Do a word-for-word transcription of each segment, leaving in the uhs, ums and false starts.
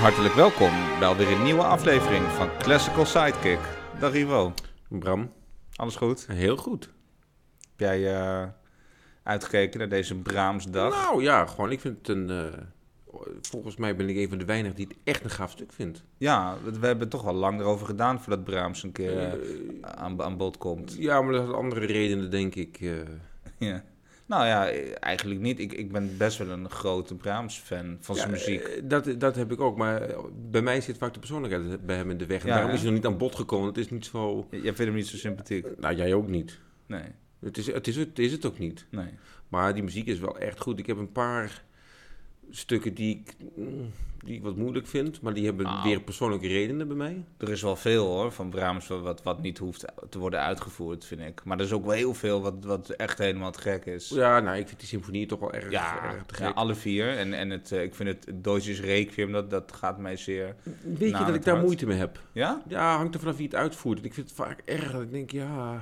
Hartelijk welkom bij alweer een nieuwe aflevering van Classical Sidekick. Dag Ivo. Bram. Alles goed? Heel goed. Heb jij uh, uitgekeken naar deze Brahmsdag? Nou ja, gewoon ik vind het een... Uh, volgens mij ben ik een van de weinigen die het echt een gaaf stuk vindt. Ja, we hebben toch wel lang erover gedaan voordat Brahms een keer uh, uh, aan, aan bod komt. Ja, maar dat had andere redenen, denk ik. Uh... Ja. Nou ja, eigenlijk niet. Ik, ik ben best wel een grote Brahms-fan van zijn ja, muziek. Dat, dat heb ik ook, maar bij mij zit vaak de persoonlijkheid bij hem in de weg. En ja, daarom hè? is hij nog niet aan bod gekomen. Het is niet zo... Jij vindt hem niet zo sympathiek? Nou, jij ook niet. Nee. Het is het, is, het, is het ook niet. Nee. Maar die muziek is wel echt goed. Ik heb een paar stukken die ik, die ik wat moeilijk vind, maar die hebben oh. weer persoonlijke redenen bij mij. Er is wel veel hoor, van Brahms wat, wat niet hoeft te worden uitgevoerd, vind ik. Maar er is ook wel heel veel wat, wat echt helemaal te gek is. Ja, nou, ik vind die symfonie toch wel erg, ja, erg te gek. Ja, alle vier. En, en het, ik vind het, het Deutsches Requiem, dat, dat gaat mij zeer Weet je dat ik daar hart. moeite mee heb? Ja? Ja, hangt er vanaf wie het uitvoert. Ik vind het vaak erg dat ik denk, ja...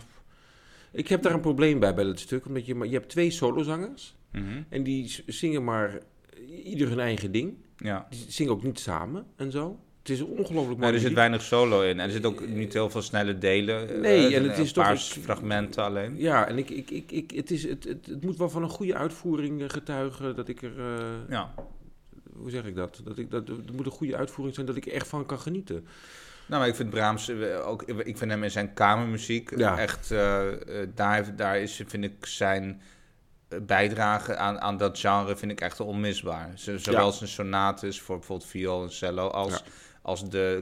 Ik heb daar een probleem bij, bij dat stuk. Omdat je, je hebt twee solozangers. Mm-hmm. En die zingen maar ieder hun eigen ding. Ja. Die zingen ook niet samen en zo. Het is ongelooflijk mooi. Nee, er zit weinig solo in. En er zit ook niet heel veel snelle delen. Nee, uh, en het is toch... Een paar fragmenten alleen. Ja, en ik, ik, ik, ik, het, is, het, het, het moet wel van een goede uitvoering getuigen dat ik er... Uh, ja. Hoe zeg ik dat? Dat ik, dat, het moet een goede uitvoering zijn dat ik er echt van kan genieten. Nou, maar ik vind Brahms ook... Ik vind hem in zijn kamermuziek ja. echt... Uh, daar, daar is, vind ik, zijn... bijdrage aan, aan dat genre vind ik echt onmisbaar. Zowel ja. zijn sonates voor bijvoorbeeld viool en cello als, ja. als de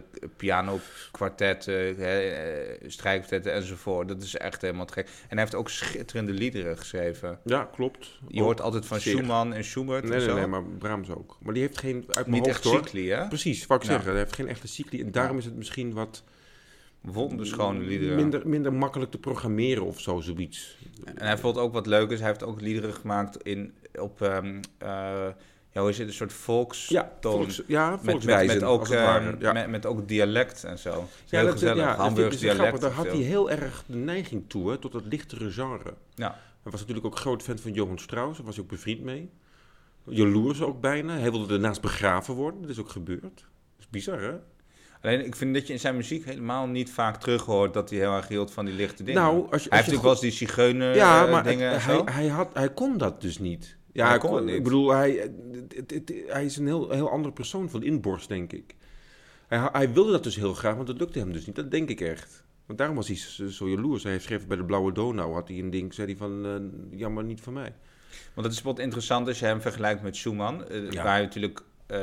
pianokwartetten, strijkkwartetten enzovoort. Dat is echt helemaal te gek. En hij heeft ook schitterende liederen geschreven. Ja, klopt. Je hoort altijd van Zeer. Schumann en Schubert nee, en nee, zo. Nee, maar Brahms ook. Maar die heeft geen... Uit Niet mijn echt hoofd, cycli, hè? Precies, wou ik ja. zeggen. Hij heeft geen echte cycli. En daarom ja. is het misschien wat... wonderschone liederen. Minder, minder makkelijk te programmeren of zo, zoiets. En hij vond ook wat leuk is. Hij heeft ook liederen gemaakt in, op... Um, uh, ja, hoe is het? Een soort volkstoon. Ja, volks, ja, volkswijzen. Met, met, ook, uh, ja. met, met ook dialect en zo. Ja, heel dat, gezellig. ja, Hamburgs dialect. Grappig. Daar had hij heel erg de neiging toe, hè, tot het lichtere genre. Ja. Hij was natuurlijk ook groot fan van Johann Strauss. Daar was hij ook bevriend mee. Jaloers ook bijna. Hij wilde ernaast begraven worden. Dat is ook gebeurd. Dat is bizar, hè? Alleen, ik vind dat je in zijn muziek helemaal niet vaak terug hoort dat hij heel erg hield van die lichte dingen. Nou, als je, als hij heeft natuurlijk wel eens die zigeuner ja, maar dingen het, en hij, zo. Hij, had, hij kon dat dus niet. Ja, hij hij kon kon, het niet. Ik bedoel, hij, het, het, hij is een heel, heel andere persoon van inborst, denk ik. Hij, hij wilde dat dus heel graag, want dat lukte hem dus niet. Dat denk ik echt. Want daarom was hij zo, zo jaloers. Hij schreef bij de Blauwe Donau, had hij een ding, zei hij van, uh, jammer niet van mij. Want dat is wat interessant als je hem vergelijkt met Schumann. Uh, ja. Waar hij natuurlijk, uh,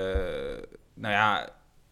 nou ja...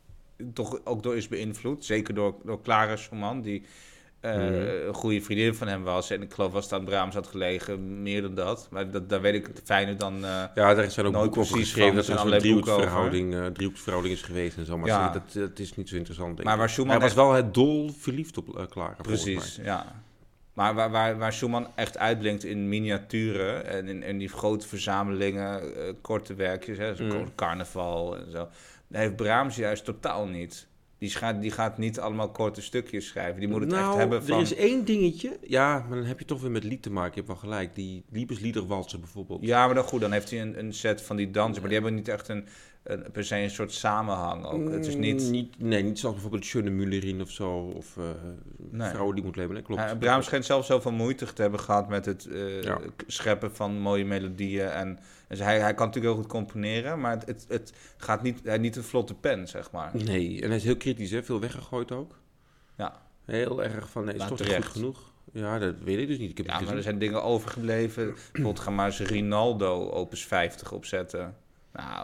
toch ook door is beïnvloed. Zeker door, door Clara Schumann, die uh, mm. een goede vriendin van hem was. En ik geloof als het aan Brahms had gelegen, meer dan dat. Maar dat, daar weet ik het fijner dan uh, ja, daar zijn ook boeken over geschreven dat er een driehoeksverhouding, uh, driehoeksverhouding is geweest en zo. Maar ja. dat, dat is niet zo interessant, denk maar waar Schumann hij was echt... wel het dol verliefd op uh, Clara. Precies, ja. Maar waar, waar, waar Schumann echt uitblinkt in miniaturen en in, in die grote verzamelingen, uh, korte werkjes, hè, zoals mm. carnaval en zo. Dat heeft Brahms juist totaal niet. Die gaat, die gaat niet allemaal korte stukjes schrijven. Die moet het nou, echt hebben van... er is één dingetje. Ja, maar dan heb je toch weer met lied te maken. Je hebt wel gelijk. Die Liebesliederwalsen bijvoorbeeld. Ja, maar dan goed. Dan heeft hij een, een set van die dansen. Maar die hebben niet echt een, een, per se een soort samenhang ook. Mm, het is niet... niet... Nee, niet zoals bijvoorbeeld Schöne Müllerin of zo. Of uh, nee. Vrouwen die moet leven. Nee, klopt. Uh, Brahms schijnt zelf zoveel moeite te hebben gehad met het uh, ja. scheppen van mooie melodieën. En, dus hij, hij kan natuurlijk heel goed componeren. Maar het, het, het gaat niet... Hij heeft niet een vlotte pen, zeg maar. Nee, en hij is heel kritisch, hè. Veel weggegooid ook. Ja. Heel erg van, nee, is toch niet goed genoeg? Ja, dat weet ik dus niet. Ik heb ja, maar gezien. Er zijn dingen overgebleven. Bijvoorbeeld, ga maar eens Rinaldo opus vijftig opzetten. Nou...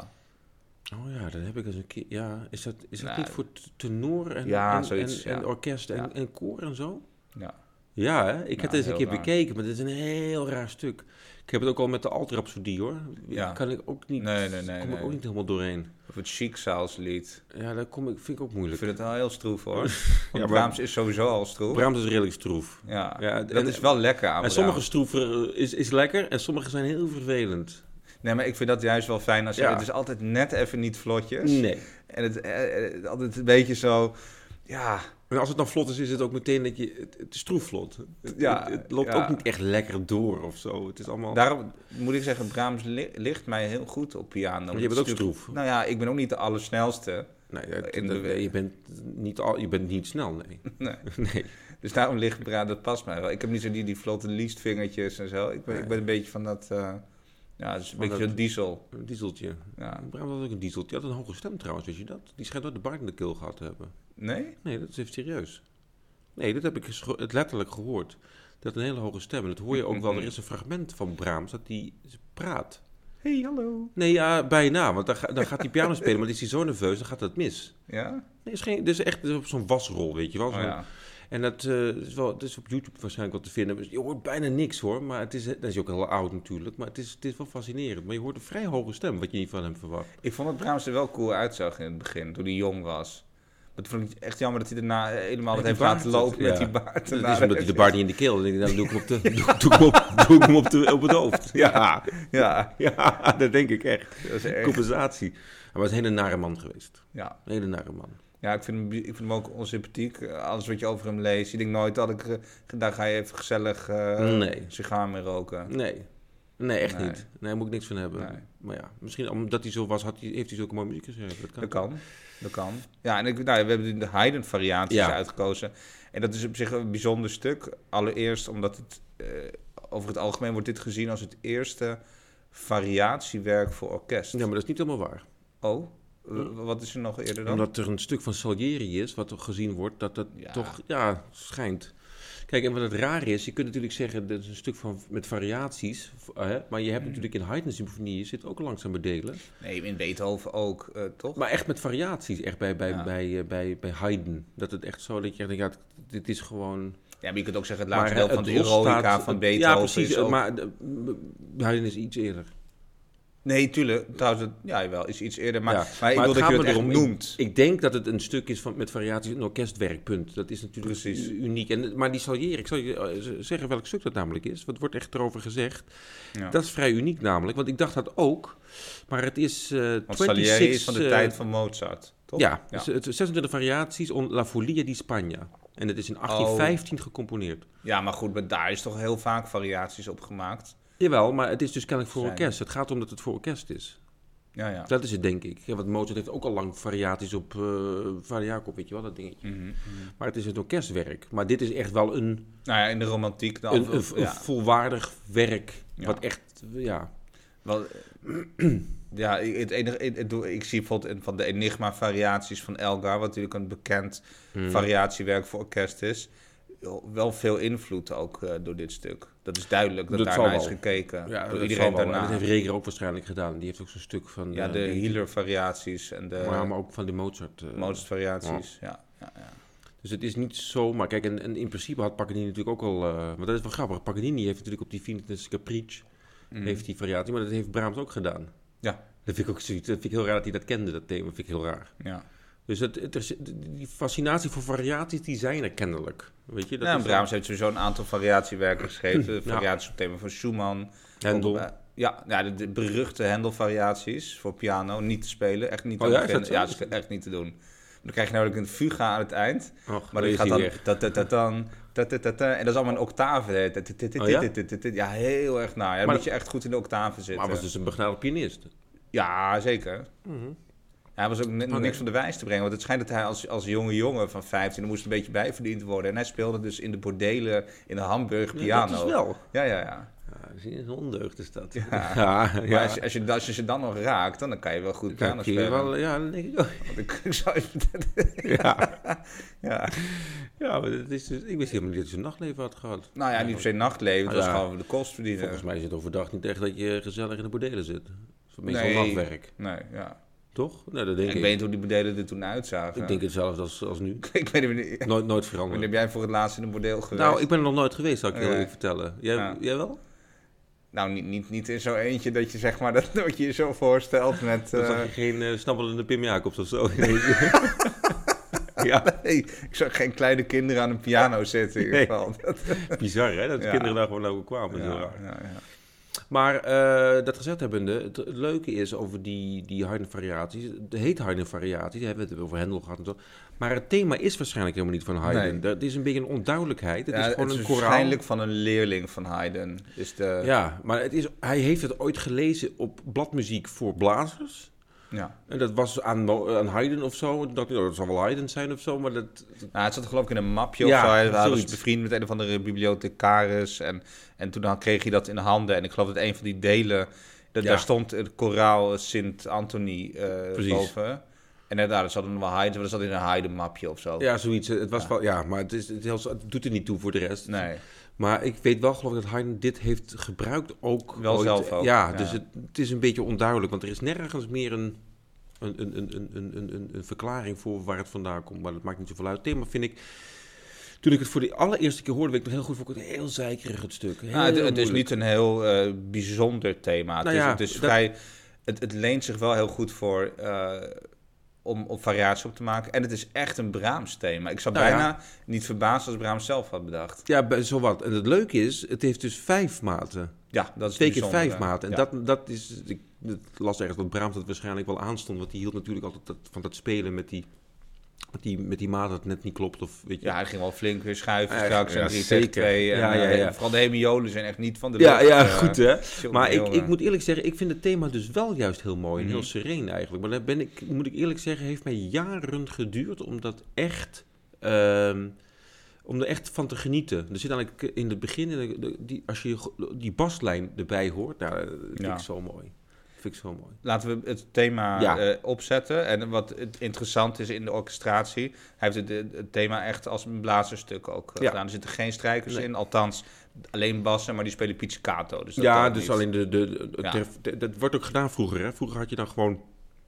Oh ja, dat heb ik eens een keer... Ja, is dat, is dat nou, niet voor tenor en, ja, en, zoiets, en, ja. en orkest en, ja. en koor en zo? Ja. Ja, hè? Ik nou, heb het eens een keer raar. bekeken, maar dit is een heel raar stuk. Ik heb het ook al met de Altrapsodie, hoor. Ja. Kan ik ook niet... Nee, nee, nee. kom nee. ik ook niet helemaal doorheen. Of het Schicksalslied. Ja, dat kom ik, vind ik ook moeilijk. Ik vind het wel heel stroef, hoor. Want ja, Brahms is sowieso al stroef. Brahms is redelijk stroef. Ja, ja dat en, is wel lekker aan En sommige stroeven is, is lekker en sommige zijn heel vervelend. Nee, maar ik vind dat juist wel fijn. Als je, ja. Het is altijd net even niet vlotjes. Nee. En het eh, altijd een beetje zo... Ja... En als het dan vlot is, is het ook meteen dat je... Het, het is stroefvlot. Het, ja, het, het loopt ja. ook niet echt lekker door of zo. Het is allemaal... Daarom moet ik zeggen, Brahms li- ligt mij heel goed op piano. Maar je bent ook stroef. Nou ja, ik ben ook niet de allersnelste. Nee, dat, in dat, de, nee je, bent niet al, je bent niet snel, nee. nee. nee. Dus daarom lichtgebraden, dat past mij wel. Ik heb niet zo die, die vlotte liestvingertjes en zo. Ik ben, nee. ik ben een beetje van dat... Uh, ja, dus een van beetje zo'n diesel. Een dieseltje. Ja. Brahms had ook een dieseltje. Die had een hoge stem trouwens, weet je dat? Die schijnt ook de baard in de keel gehad te hebben. Nee? Nee, dat is even serieus. Nee, dat heb ik het letterlijk gehoord. Die had een hele hoge stem. En dat hoor je ook wel. Er is een fragment van Brahms dat hij praat. Hey, hallo. Nee, ja, bijna. Want dan, ga, dan gaat hij piano spelen, maar dan is hij zo nerveus, dan gaat dat mis. Ja? Nee, is geen, dit is echt op zo'n wasrol, weet je wel. Zo. Oh, ja. En dat, uh, is wel, dat is op YouTube waarschijnlijk wel te vinden. Je hoort bijna niks hoor, maar het is, dat is ook heel oud natuurlijk. Maar het is, het is wel fascinerend. Maar je hoort een vrij hoge stem, wat je niet van hem verwacht. Ik vond dat Brahms er wel cool uitzag in het begin, toen hij jong was. Dat vond ik echt jammer dat hij daarna helemaal het heeft laten lopen met ja. die baard. Dat is omdat hij de baard niet in de keel. Dan denk ik, dan doe ik hem op, de, doe, doe ik hem op, doe ik hem op, de, op het hoofd. Ja, ja. ja dat denk ik echt. Dat is echt. Compensatie. Hij was een hele nare man geweest. Ja. Een hele nare man. Ja, ik vind, hem, ik vind hem ook onsympathiek. Alles wat je over hem leest. Je denkt nooit dat ik... Daar ga je even gezellig uh, nee. sigaar mee roken. Nee. Nee, echt nee. niet. Nee, daar moet ik niks van hebben. Nee. Maar ja, misschien omdat hij zo was, had hij, heeft hij zulke mooie muziek geschreven. Dat kan. Dat kan. Dat kan. Ja, en ik, nou, we hebben de Haydn-variaties ja. uitgekozen. En dat is op zich een bijzonder stuk. Allereerst omdat het... Uh, over het algemeen wordt dit gezien als het eerste variatiewerk voor orkest. Ja, maar dat is niet helemaal waar. Oh? Wat is er nog eerder dan? Omdat er een stuk van Salieri is, wat gezien wordt, dat dat ja. toch, ja, schijnt. Kijk, en wat het raar is, je kunt natuurlijk zeggen, dat is een stuk van, met variaties, hè, maar je hebt mm. natuurlijk in Haydn-symfonieën zit ook langzame delen. Nee, in Beethoven ook, uh, toch? Maar echt met variaties, echt bij, bij, ja. bij, uh, bij, bij Haydn. Dat het echt zo, dat je denkt, ja, dit is gewoon... Ja, maar je kunt ook zeggen, het laatste deel van de Eroica van Beethoven. Ja, precies, is ook... maar uh, Haydn is iets eerder. Nee, tuurlijk. Trouwens, ja, jawel, is iets eerder. Maar, ja, maar ik maar wil dat je het echt erom, noemt. Ik, ik denk dat het een stuk is van, met variaties, een orkestwerk, punt. Dat is natuurlijk Precies. uniek. En, maar die Salieri, ik zal je zeggen welk stuk dat namelijk is. Wat wordt echt erover gezegd. Ja. Dat is vrij uniek namelijk, want ik dacht dat ook. Maar het is... Uh, want Salieri is van de uh, tijd van Mozart, toch? Ja, ja. Dus het zesentwintig variaties on La Follia di Spagna. En het is in achttien vijftien oh. gecomponeerd. Ja, maar goed, maar daar is toch heel vaak variaties op gemaakt. Jawel, maar het is dus kennelijk voor Zijn. orkest. Het gaat om dat het voor orkest is. Ja, ja. Dat is het, denk ik. Ja, want Mozart heeft ook al lang variaties op uh, Vader Jacob, weet je wel, dat dingetje. Mm-hmm. Maar het is het orkestwerk. Maar dit is echt wel een... Nou ja, in de romantiek dan. Een, een, een ja. volwaardig werk, ja. wat echt, ja... Wel, ja, het enige, het, het, ik zie bijvoorbeeld van de Enigma-variaties van Elgar, wat natuurlijk een bekend mm. variatiewerk voor orkest is, wel veel invloed ook uh, door dit stuk. Dat is duidelijk dat, dat daarna is gekeken. Ja, door dat iedereen daarna. Dat heeft Reger ook waarschijnlijk gedaan. Die heeft ook zo'n stuk van... Ja, de uh, Hiller-variaties en de... Maar, maar ook van de Mozart... Uh, Mozart-variaties, ja. ja, ja, ja. Dus het is niet zo... Maar kijk, en, en in principe had Paganini natuurlijk ook al... Uh, maar dat is wel grappig. Paganini heeft natuurlijk op die Venus Capricci... Mm. heeft die variatie, maar dat heeft Brahms ook gedaan. Ja. Dat vind ik ook zoiets. Dat vind ik heel raar dat hij dat kende, dat thema. Dat vind ik heel raar. Ja. Dus het, het is, die fascinatie voor variaties, die zijn er kennelijk. Weet je, dat ja, is Brahms heeft sowieso een aantal variatiewerken geschreven. De variaties ja. op het thema van Schumann. Händel. Op, uh, ja, ja de, de beruchte Händel-variaties voor piano. Niet te spelen, echt niet te oh, ja, beginnen. Ja, dat is echt niet te doen. Dan krijg je namelijk een fuga aan het eind. Och, maar die gaat dan... Ta-ta-ta-tan, ta-ta-ta-ta, en dat is allemaal een octave. Oh, ja? ja, heel erg naar. Ja, dan moet je echt goed in de octave zitten. Maar hij was dus een begnadigd pianist. Ja, zeker. Mm-hmm. Hij was ook n- okay. niks van de wijs te brengen. Want het schijnt dat hij als, als jonge jongen van vijftien... er moest een beetje bijverdiend worden. En hij speelde dus in de bordelen in de Hamburg piano. Ja, dat is wel. Ja, ja, ja. Ja, dat is een ondeugd is dat. Ja. Ja, ja. Maar als je, als, je, als je ze dan nog raakt, dan kan je wel goed piano spelen. Wel, ja, dan denk ik ook. Ik, ik zou even... ja. ja. Ja, maar het is dus, ik wist helemaal niet dat je een nachtleven had gehad. Nou ja, niet per se nachtleven. Het was ja. gewoon de kost verdienen. Volgens mij is het overdag niet echt dat je gezellig in de bordelen zit. Dat is meestal nee. nachtwerk. Nee, ja. Toch? Nee, dat denk ik. Ik weet niet hoe die bordelen er toen uitzagen. Ik denk hetzelfde als, als nu. ik weet het niet. Nooit, nooit veranderd. Wanneer ben jij voor het laatst in een bordeel geweest? Nou, ik ben er nog nooit geweest, zal ik je okay. eerlijk vertellen. Jij, ja. jij wel? Nou, niet, niet, niet in zo eentje dat je zeg maar dat, dat je je zo voorstelt met... Dan uh... zag je geen uh, snabbelende Pim Jacobs of zo. ja. Nee, ik zag geen kleine kinderen aan een piano zitten in ieder geval. Nee. Bizar, hè? Dat de ja. kinderen daar gewoon over kwamen. Ja, ja, ja. Maar uh, dat gezegd hebbende, het, het leuke is over die, die Haydn-variaties. Het heet Haydn-variaties, we hebben het over Händel gehad en zo. Maar het thema is waarschijnlijk helemaal niet van Haydn. Nee. Dat is een beetje een onduidelijkheid. Het ja, is gewoon het een is koraal. Waarschijnlijk van een leerling van Haydn. Is de... Ja, maar het is, hij heeft het ooit gelezen op bladmuziek voor blazers. Ja. En dat was aan, aan Haydn of zo. Dat, dat zal wel Haydn zijn of zo, maar dat... dat... Nou, het zat geloof ik in een mapje Ja, of zo. Hij was zoiets. bevriend met een of andere bibliothecaris. En, en toen dan kreeg hij dat in de handen. En ik geloof dat een van die delen... Dat, Ja. Daar stond het koraal Sint Anthony uh, boven. En inderdaad, er zat een wel Haydn, er zat in een Haydn-mapje of zo. Ja, zoiets. Het was Ja. wel... Ja, maar het, is, het, is, het doet er niet toe voor de rest. Nee. Maar ik weet wel, geloof ik, dat Haydn dit heeft gebruikt ook. Wel ooit. zelf ook. Ja, Ja. dus het, het is een beetje onduidelijk. Want er is nergens meer een, een, een, een, een, een, een, een verklaring voor waar het vandaan komt. Maar dat maakt niet zoveel uit. Het thema vind ik... Toen ik het voor de allereerste keer hoorde, weet ik nog heel goed, vond ik het heel zeikerig, het stuk. Heel Nou, het, het is moeilijk. niet een heel uh, bijzonder thema. Nou het is, ja, het is dat- vrij... Het, het leent zich wel heel goed voor... Uh, om op variatie op te maken. En het is echt een Brahms thema. Ik zou Nou ja. bijna niet verbaasd als Brahms zelf had bedacht. Ja, bij- zowat. En het leuke is, het heeft dus vijf maten. Ja, dat is Twee keer bijzonder, vijf maten. En ja. dat, dat is... Ik het las ergens dat Brahms dat waarschijnlijk wel aanstond. Want die hield natuurlijk altijd dat, van dat spelen met die... Met die, met die maat dat net niet klopt. Of, weet je. Ja, hij ging wel flink weer schuiven Ja, straks. ja, en drie zeker. tegen twee. En, Ja, ja, uh, ja. Vooral de hemiolen zijn echt niet van de Ja, lucht, ja, uh, goed hè. jongen, Maar ik, jongen. ik moet eerlijk zeggen, ik vind het thema dus wel juist heel mooi en Mhm. heel sereen eigenlijk. Maar daar ben ik, moet ik eerlijk zeggen, heeft mij jaren geduurd om dat echt, ehm, om er echt van te genieten. Er zit eigenlijk in het begin, in de- de- die, als je die baslijn erbij hoort, nou, dat vind Ja. ik zo mooi. Vind ik zo mooi. Laten we het thema Ja. eh, opzetten. En wat het interessant is in de orchestratie... hij heeft het, het thema echt als een blazerstuk ook uh, Ja. gedaan. Er zitten geen strijkers Nee. in, althans alleen bassen... maar die spelen pizzicato. Dus dat Ja, telt dus niet. alleen de, de, de- Ja. ter- de- dat wordt ook gedaan vroeger. Hè? Vroeger had je dan gewoon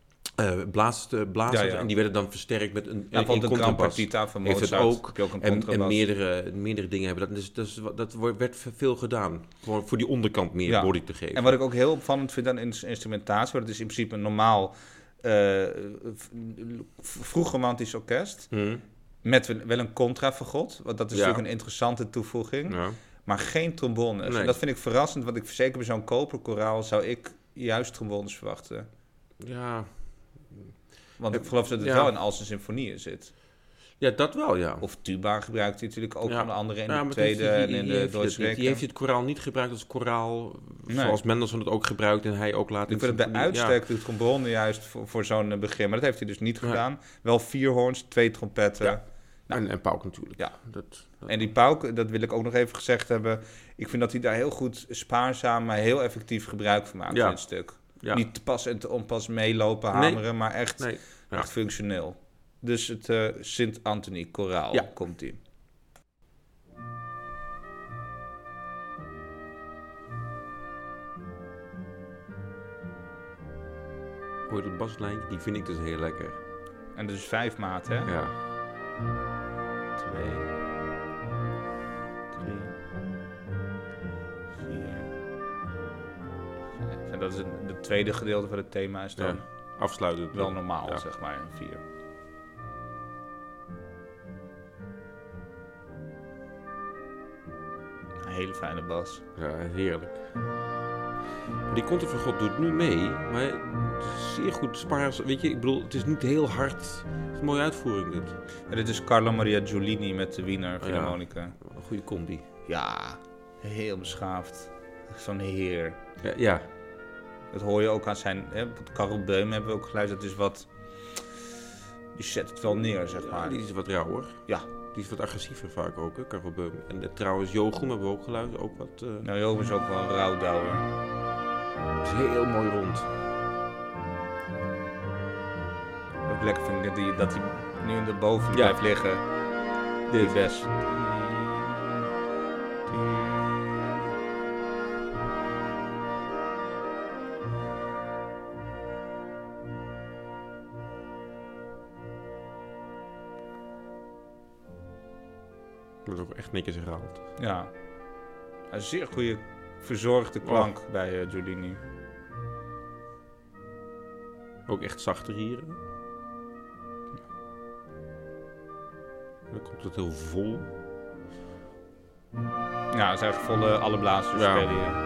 eh blaas, eh, blazers Ja, ja. en die werden dan versterkt met een, Ja, een, bijvoorbeeld een de Gran contrabas. Partita van Heeft het Mozart. ook. Heb je ook een En, en contrabas. meerdere, meerdere dingen hebben dat. Dus, dus, dat wordt- werd veel gedaan. Gewoon voor die onderkant meer Ja. body te geven. En wat ik ook heel opvallend vind aan ins- instrumentatie... want het is in principe een normaal... eh, v- vroeg romantisch orkest... Hm. met een- wel een contrafagot... want dat is Ja. natuurlijk een interessante toevoeging... Ja. maar geen trombones. Nee. En dat vind ik verrassend... want ik zeker bij zo'n koperkoraal... zou ik juist trombones verwachten. Ja. Want ik geloof dat het Ja. wel in al zijn symfonieën zit. ja, dat wel, ja. Of tuba gebruikt hij natuurlijk ook Ja. onder andere in Ja, de maar tweede die- die- en in die de heeft Deutsche het niet. Die heeft het koraal niet gebruikt als koraal, Nee. zoals Mendelssohn het ook gebruikt en hij ook later Ik in vind het bij symfonie- ja. uitstek de trombone juist voor, voor zo'n eh, begin. Maar dat heeft hij dus niet Ja. gedaan. Wel vier hoorns, twee trompetten. Ja. Nou. En, en Pauk natuurlijk. Ja. Dat, dat- En die Pauk, dat wil ik ook nog even gezegd hebben. Ik vind dat hij daar heel goed spaarzaam, maar heel effectief gebruik van maakt Ja. in het stuk. ja. Niet te pas en te onpas meelopen, Nee. hameren, maar echt, Nee. Ja. echt functioneel. Dus het uh, Sint Anthony koraal Ja. komt in. Hoor je dat baslijntje? Die vind ik dus heel lekker. En dat is vijf maat, hè? Ja. Twee, drie, vier, vijf. En dat is het de tweede gedeelte van het thema is dan Ja. Afsluitend. wel normaal, Ja. zeg maar, vier. Een hele fijne bas. Ja, heerlijk. Maar die contrafagot doet nu mee, maar het is zeer goed spaars. Weet je, ik bedoel, het is niet heel hard. Het is een mooie uitvoering dit. En dit is Carlo Maria Giulini met de Wiener Philharmonica. Een goede combi. Ja, heel beschaafd. Zo'n heer. Ja, ja. Dat hoor je ook aan zijn... Hè, Karel Beum hebben we ook geluisterd. Dat is wat... Die zet het wel neer, zeg maar. Ja, die is wat rauwer. Ja. Die is wat agressiever vaak ook, hè, Karel Beum. En uh, trouwens, Jochem hebben we ook geluisterd. Ook wat... Uh... Nou, Joop is ook wel een rouwdouwer. Het is heel mooi rond. Ook lekker vind ik dat hij, dat hij nu in de boven Ja. blijft liggen. Dit. Die best. Dat is ook echt netjes herhaald. Ja. Een zeer goede verzorgde klank oh. bij uh, Giulini. Ook echt zachter hier. Dan komt het heel vol. Ja, het is eigenlijk volle alle blazers Ja. spelen hier.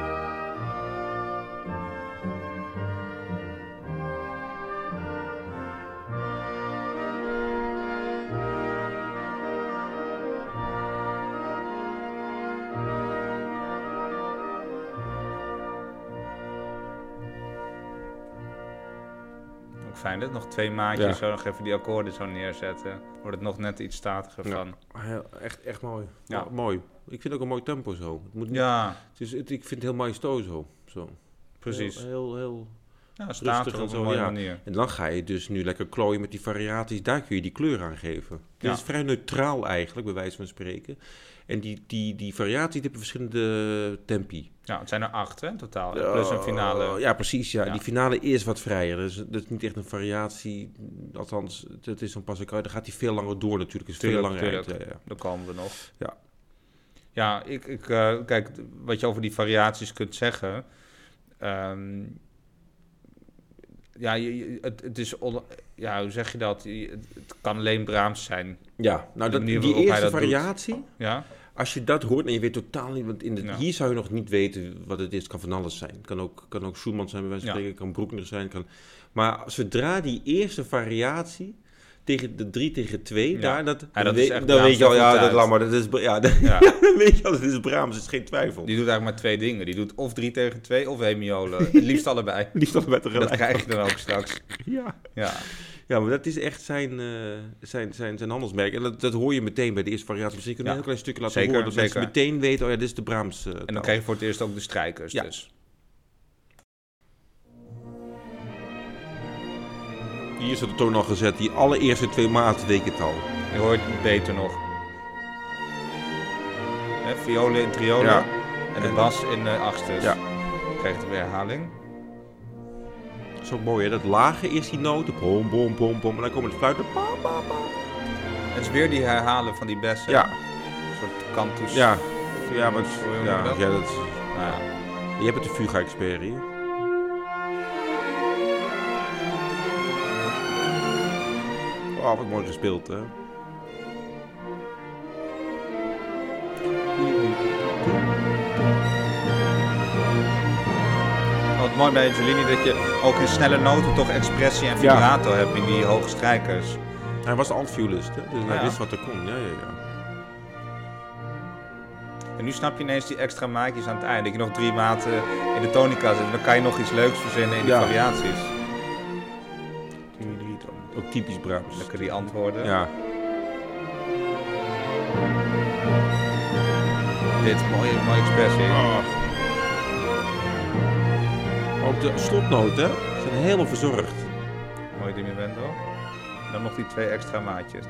fijn. Dit nog twee maatjes, Ja. zo nog even die akkoorden zo neerzetten. Wordt het nog net iets statiger Ja. van. Heel, echt, echt mooi. Ja. Ja. Mooi. Ik vind ook een mooi tempo zo. Het moet niet, Ja, het is, het, ik vind het heel majestoos zo. precies. Heel, heel, heel... Ja, statig rustig en op een zo, mooie ja. manier. En dan ga je dus nu lekker klooien met die variaties. Daar kun je die kleur aan geven. Ja. Het is vrij neutraal eigenlijk, bij wijze van spreken. En die, die, die variaties die hebben verschillende tempi. Ja, het zijn er acht, hè, in totaal. Plus een finale. Uh, ja, precies. Ja. Ja. Die finale is wat vrijer. Dus dat is niet echt een variatie. Althans, het is dan pas ik uit. Dan gaat hij veel langer door natuurlijk. Het is Tuurlijk, veel langer tuurlijk. uit. Ja, ja. Daar komen we nog. Ja. Ja, ik, ik uh, kijk, wat je over die variaties kunt zeggen. Um, ja, je, je, het, het is, on, ja, hoe zeg je dat? Je, het kan alleen Brahms zijn. Ja, nou De dat, manier die waarop hij eerste dat doet. variatie, Ja, als je dat hoort en je weet totaal niet, want in het, Ja. hier zou je nog niet weten wat het is. Het kan van alles zijn. Het kan ook, kan ook Schumann zijn, bij wijze van Ja. spreken. Het kan Bruckner zijn. Kan, maar zodra die eerste variatie tegen de drie tegen twee, Ja. daar, dat, Ja, dat weet, is echt dan weet je al, Brahms ja, er dat goed laat maar, dat is, ja, dat, Ja. ja, dan weet je al, dat is Brahms, dat is geen twijfel. die doet eigenlijk maar twee dingen. Die doet of drie tegen twee of hemiolen. Het liefst allebei. Liefst allebei Dat tegelijk. krijg je dan ook straks. Ja. Ja, Ja, maar dat is echt zijn, uh, zijn, zijn, zijn handelsmerk. En dat, dat hoor je meteen bij de eerste variatie. Misschien kunnen we Ja. een heel klein stukje laten Zeker, horen. Dat zeker. mensen meteen weten, oh ja, dit is de Brahms uh, en taal. dan krijg je voor het eerst ook de strijkers. Ja. Dus. Hier is de toon al gezet, die allereerste twee maten weet ik het al. Je hoort het beter nog. Hè, violen in triolen Ja. en de En- bas in de achtste. Ja. Dan krijg je de herhaling. Zo mooi hè, dat lage is die noten, bom, bom, bom, bom. En dan komen de fluiten, bam, bam, bam. Het is weer die herhalen van die bessen. Ja, Een soort cantus. ja. Ja, maar Hoe noem je ja, dat? ja, dat, Nou ja. je hebt het de Fuga-expert hier. Oh, wat mooi gespeeld hè. Wat mooi bij Giulini dat je ook in snelle noten toch expressie en vibrato hebt in die hoge strijkers. Hij was de altviolist, hè? Dus hij Ja. wist wat er kon. Ja, ja, ja. En nu snap je ineens die extra maatjes aan het eind. Dat je nog drie maten in de tonica zit. Dan kan je nog iets leuks verzinnen in die Ja. variaties. Ook typisch Brahms. Lekker die antwoorden. Ja. Dit, mooie, mooie expressie. Oh. Ook de slotnoten hè, zijn helemaal verzorgd. Mooi diminuendo. En dan nog die twee extra maatjes.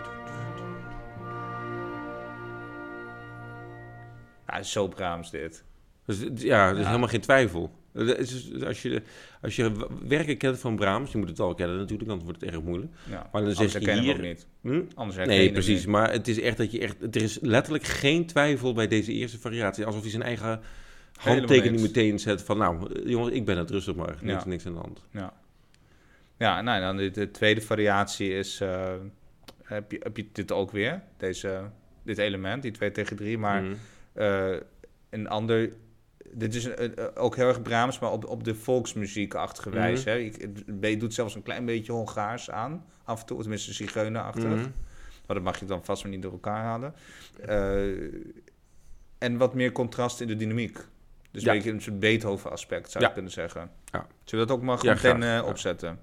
Ja, zo Brahms dit. Dus het- ja, er is Ja. helemaal geen twijfel. Het is dus- Als je, als je werken kent van Brahms, je moet het wel kennen natuurlijk, anders wordt het erg moeilijk. Ja. Maar dan Anders zeg je herken je hem hier... ook niet. Hm? Anders herken je Nee, hem precies. niet. Maar het is echt dat je echt... Er is letterlijk geen twijfel bij deze eerste variatie. Alsof hij zijn eigen handtekening eens. meteen zet van... Nou, jongens, ik ben het, rustig maar. Niks, Ja. niks aan de hand. Ja, ja nou, dan de, de tweede variatie is... uh, heb, je, heb je dit ook weer, deze, dit element, die twee tegen drie. Maar Mhm. uh, een ander... Dit is een, een, ook heel erg Brahms, maar op, op de volksmuziekachtige Mhm. wijze. Hè. Ik, het, je doet zelfs een klein beetje Hongaars aan, af en toe. Tenminste, zigeunerachtig. Mhm. Maar dat mag je dan vast maar niet door elkaar halen. Uh, en wat meer contrast in de dynamiek. Dus Ja. een beetje een soort Beethoven-aspect, zou Ja. je kunnen zeggen. Ja. Zullen we dat ook maar Ja, meteen graag. uh, opzetten?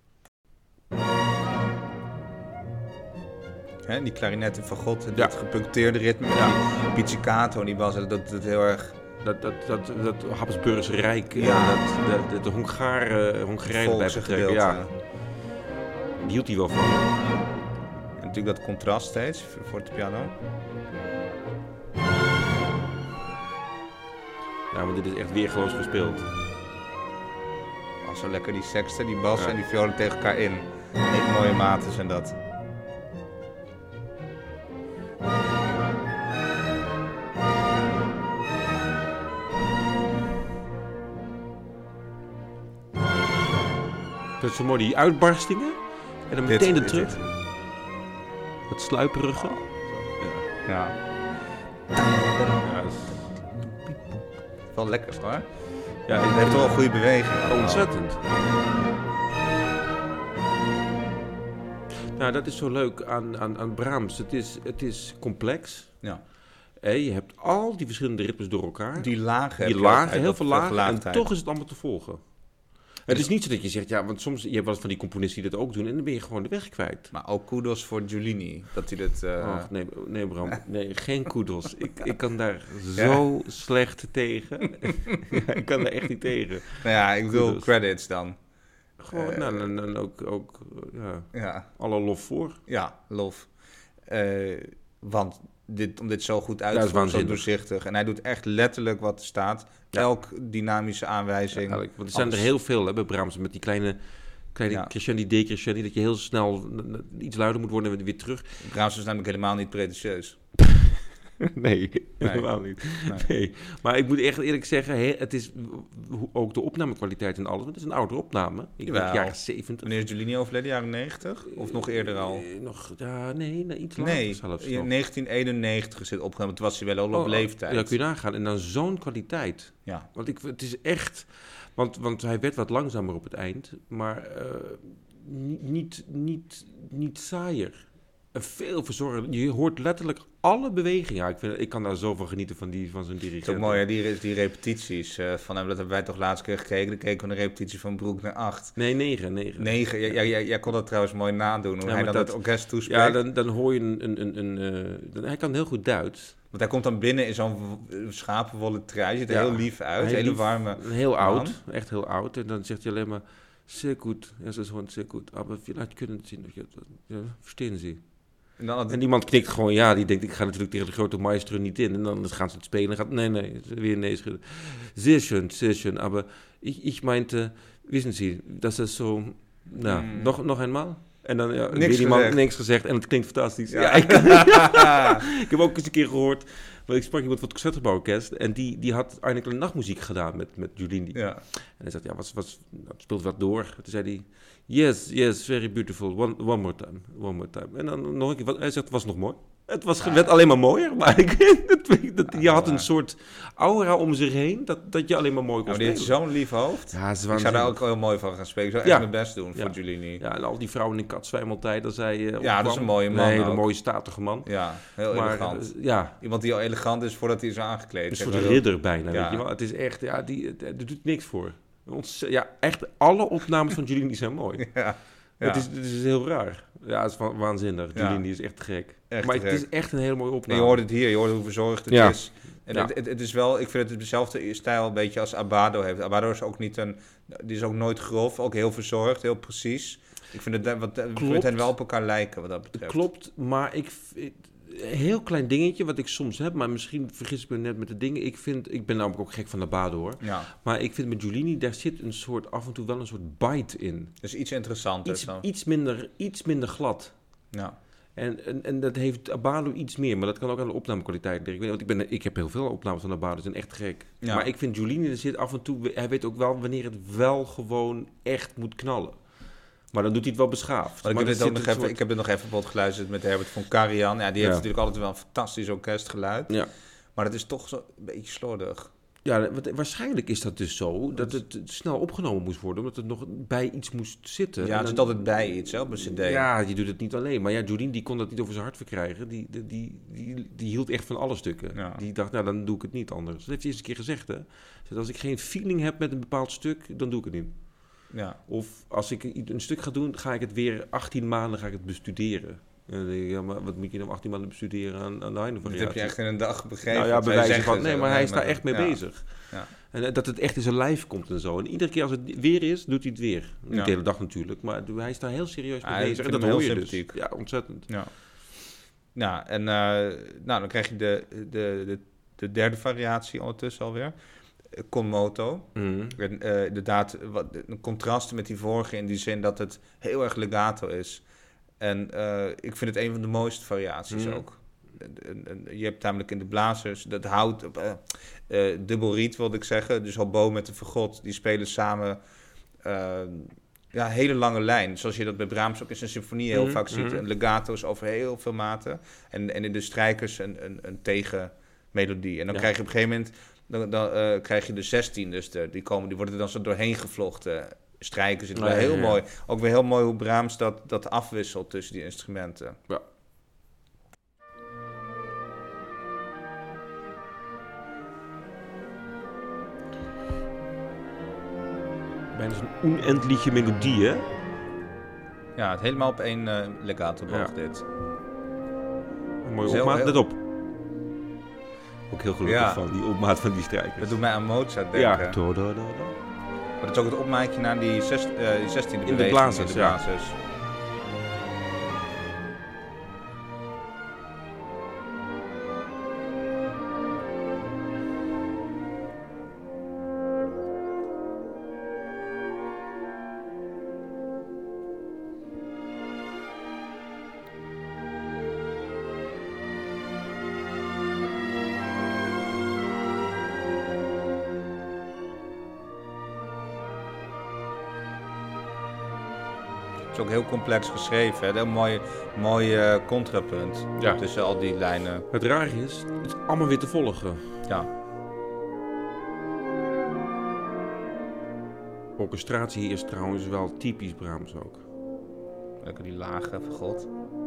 Hè, die klarinet in fagot, Ja. het gepuncteerde ritme, met die pizzicato en die bas, dat dat heel erg Dat, dat, dat, dat Habsburgse Rijk, Ja. ja. dat, dat, dat de Hongaren, Hongarije bij volkse betrekken. gedeelte. Ja, die hield hij wel van. En natuurlijk dat contrast steeds voor de piano. Ja, maar dit is echt weergeloos gespeeld. Oh, zo lekker die sexten, die bas Ja. en die violen tegen elkaar in. Hele mooie maten zijn dat. Dat is zo mooi, die uitbarstingen. En dan Dit, meteen de dit, terug. dit. Dat sluiperige. Ja, Ja, dat is- wel lekker hoor. ja, Het ik heeft wel een goede beweging. ontzettend. Nou, dat is zo leuk aan, aan, aan Brahms. Het is, het is complex. Ja. Hè, je hebt al die verschillende ritmes door elkaar. Die lagen, heb die je lagen, altijd, heel dat veel lagen. En gelaagdheid. toch is het allemaal te volgen. Het is niet zo dat je zegt, ja, want soms, je hebt wel eens van die componisten die dat ook doen en dan ben je gewoon de weg kwijt. Maar ook kudos voor Giulini, dat hij dit... Uh... Oh, nee, nee, Bram, nee, geen kudos. Ik, ik kan daar zo ja. slecht tegen. Ja, ik kan daar echt niet tegen. Nou ja, ik bedoel kudos. Credits dan. Gewoon, uh, nou, en, en ook, ook ja, ja. alle lof voor. Ja, lof. Uh, want dit, om dit zo goed uit te voeren, zo doorzichtig. En hij doet echt letterlijk wat er staat. Ja. Elk dynamische aanwijzing. Ja, want er zijn alles. Er heel veel hè, bij Brahms, met die kleine, kleine ja. crescendi, decrescendi, dat je heel snel iets luider moet worden en weer terug. Brahms is namelijk helemaal niet pretentieus. Nee, helemaal nee. niet. Nee. nee. Maar ik moet echt eerlijk zeggen, het is ook de opnamekwaliteit en alles. Het is een oude opname. Ik denk jaren zeventig. Wanneer is Giulini overleden? Jaren negentig? Of nog eerder al? Uh, nog, ja, nee, nee, iets later nee, zelfs. In negentien eenennegentig is het opgenomen. Toen was hij wel al op oh, leeftijd. Ja, kun je nagaan. En dan zo'n kwaliteit. Ja. Want ik, het is echt... Want, want hij werd wat langzamer op het eind. Maar uh, niet, niet, niet saaier. Veel verzorgd. Je hoort letterlijk alle bewegingen. Ja, ik, vind, ik kan daar zo van genieten van, die, van zo'n dirigent. Het is ook mooi, hè? Die, die repetities uh, van hem. Dat hebben wij toch laatst keer gekeken. Dan keken we een repetitie van Broek naar acht. Nee, negen. Negen. negen. Ja, ja, ja, jij kon dat trouwens mooi nadoen. Hoe ja, hij dan dat, het orkest toespreekt. Ja, dan, dan hoor je een... een, een, een uh, dan, hij kan heel goed Duits. Want hij komt dan binnen in zo'n schapenwolle trui. Ziet er ja, heel lief uit. Heel hele lief, warme heel man. Oud. Echt heel oud. En dan zegt hij alleen maar... Sehr gut. Ja, dat is gewoon sehr gut. Aber vielleicht können Sie nog... Ja, verstehen Sie? En, dan het... en iemand knikt gewoon ja, die denkt ik ga natuurlijk tegen de grote maestro niet in. En dan gaan ze het spelen en gaat nee, nee, weer nee schudden. Sehr schön, sehr schön. Aber ich, ich meinte, wissen Sie, dat is zo, nou, mm. nog, nog eenmaal? En dan ja, niks weer iemand gezegd. niks gezegd en het klinkt fantastisch. Ja. Ja, ik, ja. Ik heb ook eens een keer gehoord, want ik sprak iemand van het Concertgebouworkest en die, die had eindelijk een nachtmuziek gedaan met, met Giulini. Ja. En hij zei, ja, was, was, het speelt wat door. Toen zei hij, yes, yes, very beautiful, one, one more time, one more time. En dan nog een keer, hij zegt, het was nog mooi. Het was, ja. werd alleen maar mooier, maar ik, dat, dat, je had een soort aura om zich heen, dat, dat je alleen maar mooi kon spelen. Maar die heeft zo'n lief hoofd. Ja, ik zou daar ook heel mooi van gaan spelen. Ik zou echt ja. mijn best doen ja. voor Giulini. Ja, en al die vrouwen in Katzwijmeltijd, dat zij uh, ja, dat is een mooie man. Nee, een mooie statige man. Ja, heel maar, elegant. Uh, ja. Iemand die al elegant is voordat hij is aangekleed. Een soort ridder bijna, ja. weet je wel. Het is echt, ja, die, er doet niks voor. Ontz- ja, echt, alle opnames van Giulini zijn mooi. Ja. Ja. Het, is, het is heel raar. Ja, het is wa- waanzinnig. Ja. Giulini is echt gek. Echt maar gek. het is echt een hele mooie opname. En je hoort het hier, je hoort hoe verzorgd het ja. is. En ja. het, het, het is wel, ik vind het dezelfde stijl een beetje als Abbado heeft. Abbado is ook niet een, die is ook nooit grof, ook heel verzorgd, heel precies. Ik vind het, wat, ik vind hen wel op elkaar lijken wat dat betreft. Klopt, maar ik... Een heel klein dingetje wat ik soms heb, maar misschien vergis ik me net met de dingen. Ik vind, ik ben namelijk ook gek van Abbado hoor. Ja. Maar ik vind met Giulini, daar zit een soort, af en toe wel een soort bite in. Dus iets interessanter. Iets, zo. iets, minder, iets minder glad. Ja. En, en, en dat heeft Abbado iets meer, maar dat kan ook aan de opnamekwaliteit liggen. Ik, weet, want ik, ben, ik heb heel veel opnames van Abbado, dat zijn echt gek. Ja. Maar ik vind Giulini, er zit af en toe, hij weet ook wel wanneer het wel gewoon echt moet knallen. Maar dan doet hij het wel beschaafd. Maar ik, maar heb dit ook nog even, soort... ik heb dit nog even bijvoorbeeld geluisterd met Herbert von Karajan. Ja, die heeft ja. natuurlijk altijd wel een fantastisch orkestgeluid. Ja. Maar dat is toch zo een beetje slordig. Ja, waarschijnlijk is dat dus zo, dat het snel opgenomen moest worden, omdat het nog bij iets moest zitten. Ja, het zit altijd bij iets, hè, op een cd. Ja, je doet het niet alleen. Maar ja, Giulini, die kon dat niet over zijn hart verkrijgen. Die, die, die, die, die hield echt van alle stukken. Ja. Die dacht, nou, dan doe ik het niet anders. Dat heeft hij eens een keer gezegd, hè. Dus als ik geen feeling heb met een bepaald stuk, dan doe ik het niet. Ja. Of als ik een stuk ga doen, ga ik het weer achttien maanden ga ik het bestuderen. En dan denk ik, ja, maar wat moet je dan achttien maanden bestuderen aan, aan de einde van Dat de heb je echt in een dag begrepen. Nou ja, bewijzen van, nee, maar hij is maar, daar echt mee ja. bezig. Ja. En dat het echt in zijn lijf komt en zo. En iedere keer als het weer is, doet hij het weer. Niet ja. de hele dag natuurlijk, maar hij is daar heel serieus mee ja, bezig. En dat hoor je dus. Ja, ontzettend. Ja, ja en uh, nou, dan krijg je de, de, de, de derde variatie ondertussen alweer. Con moto. Mm. En, uh, inderdaad, wat, een contrast met die vorige in die zin dat het heel erg legato is. En uh, ik vind het een van de mooiste variaties mm. ook. En, en, je hebt namelijk in de blazers, dat houdt uh, uh, dubbelriet wilde ik zeggen, dus hobo met de fagot, die spelen samen uh, ja, hele lange lijn. Zoals je dat bij Brahms ook in zijn symfonie heel mm. vaak ziet. En legato's over heel veel maten. En, en in de strijkers een, een, een tegenmelodie. En dan ja. krijg je op een gegeven moment... Dan, dan uh, krijg je de zestien, dus de, die, komen, die worden er dan zo doorheen gevlochten. Strijken zitten wel ja, heel ja, ja. mooi. Ook weer heel mooi hoe Brahms dat, dat afwisselt tussen die instrumenten. Ja. bijna zo'n onendliche melodie, hè? Ja, het helemaal op één uh, legato boog Ja. dit. Een mooie Heel- opmaat, heel- let op. Ook heel gelukkig Ja. van, die opmaat van die strijkers. Dat doet mij aan Mozart denken. Ja, do, do, do, do. Maar dat is ook het opmaatje naar die zes, uh, die zestiende In de beweging blazers, in de ja. blazers. Het is ook heel complex geschreven. Hè? Een heel mooi, mooi uh, contrapunt Ja. tussen al die lijnen. Het raar is, het is allemaal weer te volgen. Ja. Orchestratie hier is trouwens wel typisch Brahms ook. Lekker die lage, vergod.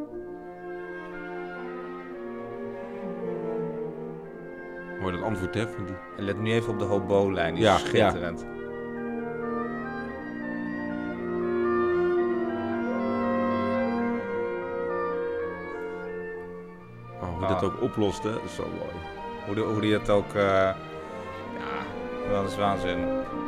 Mooi dat antwoord, hè? Van die... En let nu even op de hobo-lijn, die is Ja, schitterend. Oh, hoe Ah. dat ook oplost, hè? Dat is zo mooi. Hoe, de, hoe die het ook... Uh, ja, dat is waanzin.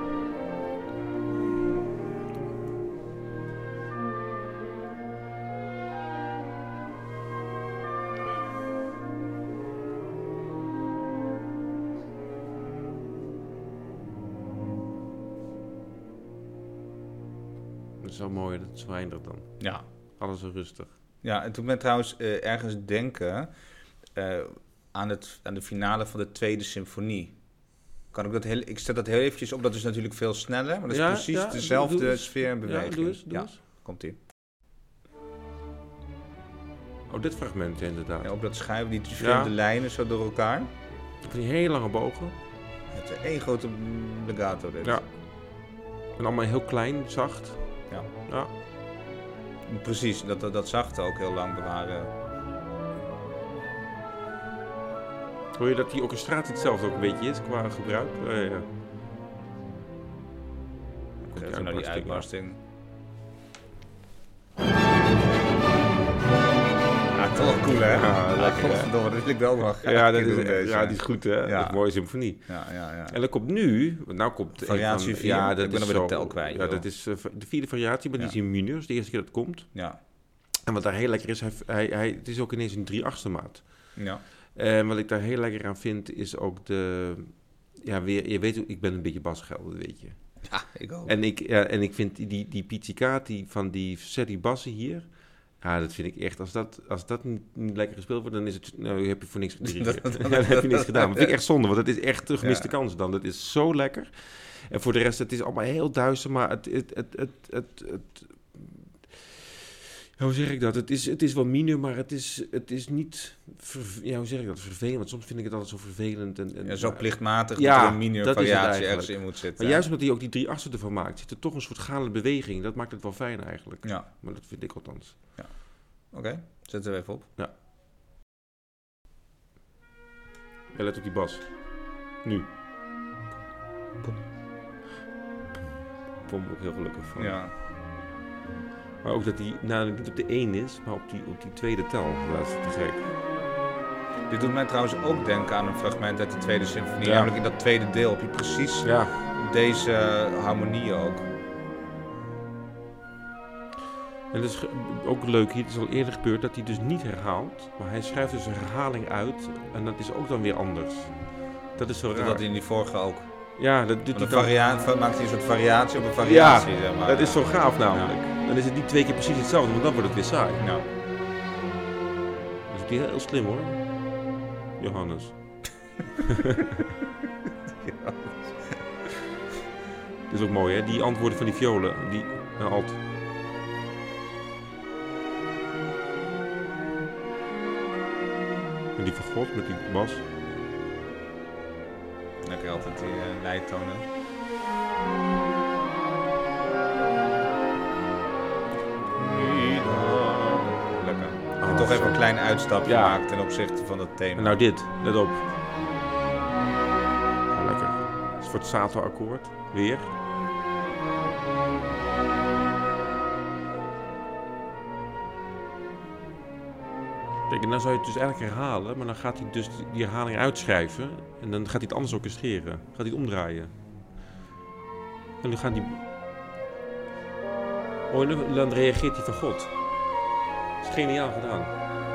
Dat is zo mooi, dat is zo eindigt dan. Ja. Alles zo rustig. Ja, en toen ben ik trouwens uh, ergens denken uh, aan, het, aan de finale van de tweede symfonie. Kan ik dat heel, ik zet dat heel eventjes op, dat is natuurlijk veel sneller, maar dat is Ja, precies ja, dezelfde doe eens. sfeer en beweging. Ja, doe eens, doe ja, eens. komt-ie. Oh, dit fragment inderdaad. Ja, op dat schuiven, die verschillende Ja. lijnen zo door elkaar. Van die hele lange bogen. Het is één grote legato dit. Ja. En allemaal heel klein, zacht. Ja. Ja. Precies, dat, dat, dat zachte ook heel lang bewaren. Hoor je dat die orchestratie hetzelfde ook een beetje is qua gebruik? Uh, ja. Komt even naar die uitbarsting. Ja, toch cool hè? Ja, lekker, hè? Godverdomme, dat wil ik wel nog. Ja, dat doen is, deze. ja, die is goed hè? Ja. Dat is een mooie symfonie. Ja, ja, ja. En dan komt nu, nou komt een variatie van, vier. Ja, dat ik ben is dan weer zo, de tel kwijt. Ja, joh. dat is uh, de vierde variatie, maar die Ja. is in mineur, is de eerste keer dat het komt. Ja. En wat daar heel lekker is, hij, hij, hij, het is ook ineens een drie achtste maat. Ja. En wat ik daar heel lekker aan vind, is ook de... Ja, weer, je weet, ik ben een beetje basgelder, weet je. Ja, ik ook. En ik, ja, en ik vind die, die pizzicati van die Seri bassen hier... Ja, dat vind ik echt... Als dat, als dat niet, niet lekker gespeeld wordt, dan is het... Nou, heb je voor niks gedirigeerd. Ja, dan heb je niks gedaan. Dat vind ik echt zonde, want dat is echt een gemiste ja. kans dan. Dat is zo lekker. En voor de rest, het is allemaal heel duister, maar het... het, het, het, het, het Ja, hoe zeg ik dat? Het is, het is wel mineur, maar het is, het is niet... Ver, ja, hoe zeg ik dat? Vervelend. Want soms vind ik het altijd zo vervelend. En, en, ja, zo plichtmatig ja, dat er een mineur dat variatie ergens in moet zitten. Maar juist omdat hij ook die drie achtste ervan maakt, zit er toch een soort galende beweging. Dat maakt het wel fijn eigenlijk. Ja. Maar dat vind ik althans. Ja. Oké, okay. Zet er even op. Ja. En let op die bas. Nu. Kom ook heel gelukkig van. Ja. Maar ook dat hij nou, niet op de één is, maar op die, op die tweede tel. Dat is te gek. Dit doet mij trouwens ook denken aan een fragment uit de tweede symfonie. Ja. Namelijk in dat tweede deel heb je precies ja. deze uh, harmonie ook. En dat is ook leuk hier, het is al eerder gebeurd dat hij dus niet herhaalt. Maar hij schrijft dus een herhaling uit en dat is ook dan weer anders. Dat is zo raar. Dat had hij in die vorige ook. Ja, dat doet hij dan... varia- maakt hij een soort variatie op een variatie. Ja, zeg maar. dat is zo gaaf namelijk. Ja. Dan is het niet twee keer precies hetzelfde, want dan wordt het weer saai. Ja. Dat is heel, heel slim hoor, Johannes. Dat is ook mooi hè, die antwoorden van die violen, die uh, alt. En die van God met die bas. Lekker altijd die uh, leidtonen. Lekker. Oh, en toch even een klein uitstapje ja. gemaakt ten opzichte van het thema. En nou dit, let op. Ja, lekker. Het is voor het Sato-akkoord. Weer. Kijk, en dan zou je het dus eigenlijk herhalen, maar dan gaat hij dus die, die herhaling uitschrijven en dan gaat hij het anders orchestreren. Gaat hij het omdraaien. En dan gaan die... Oh, en dan, dan reageert hij van God. Dat is geniaal gedaan.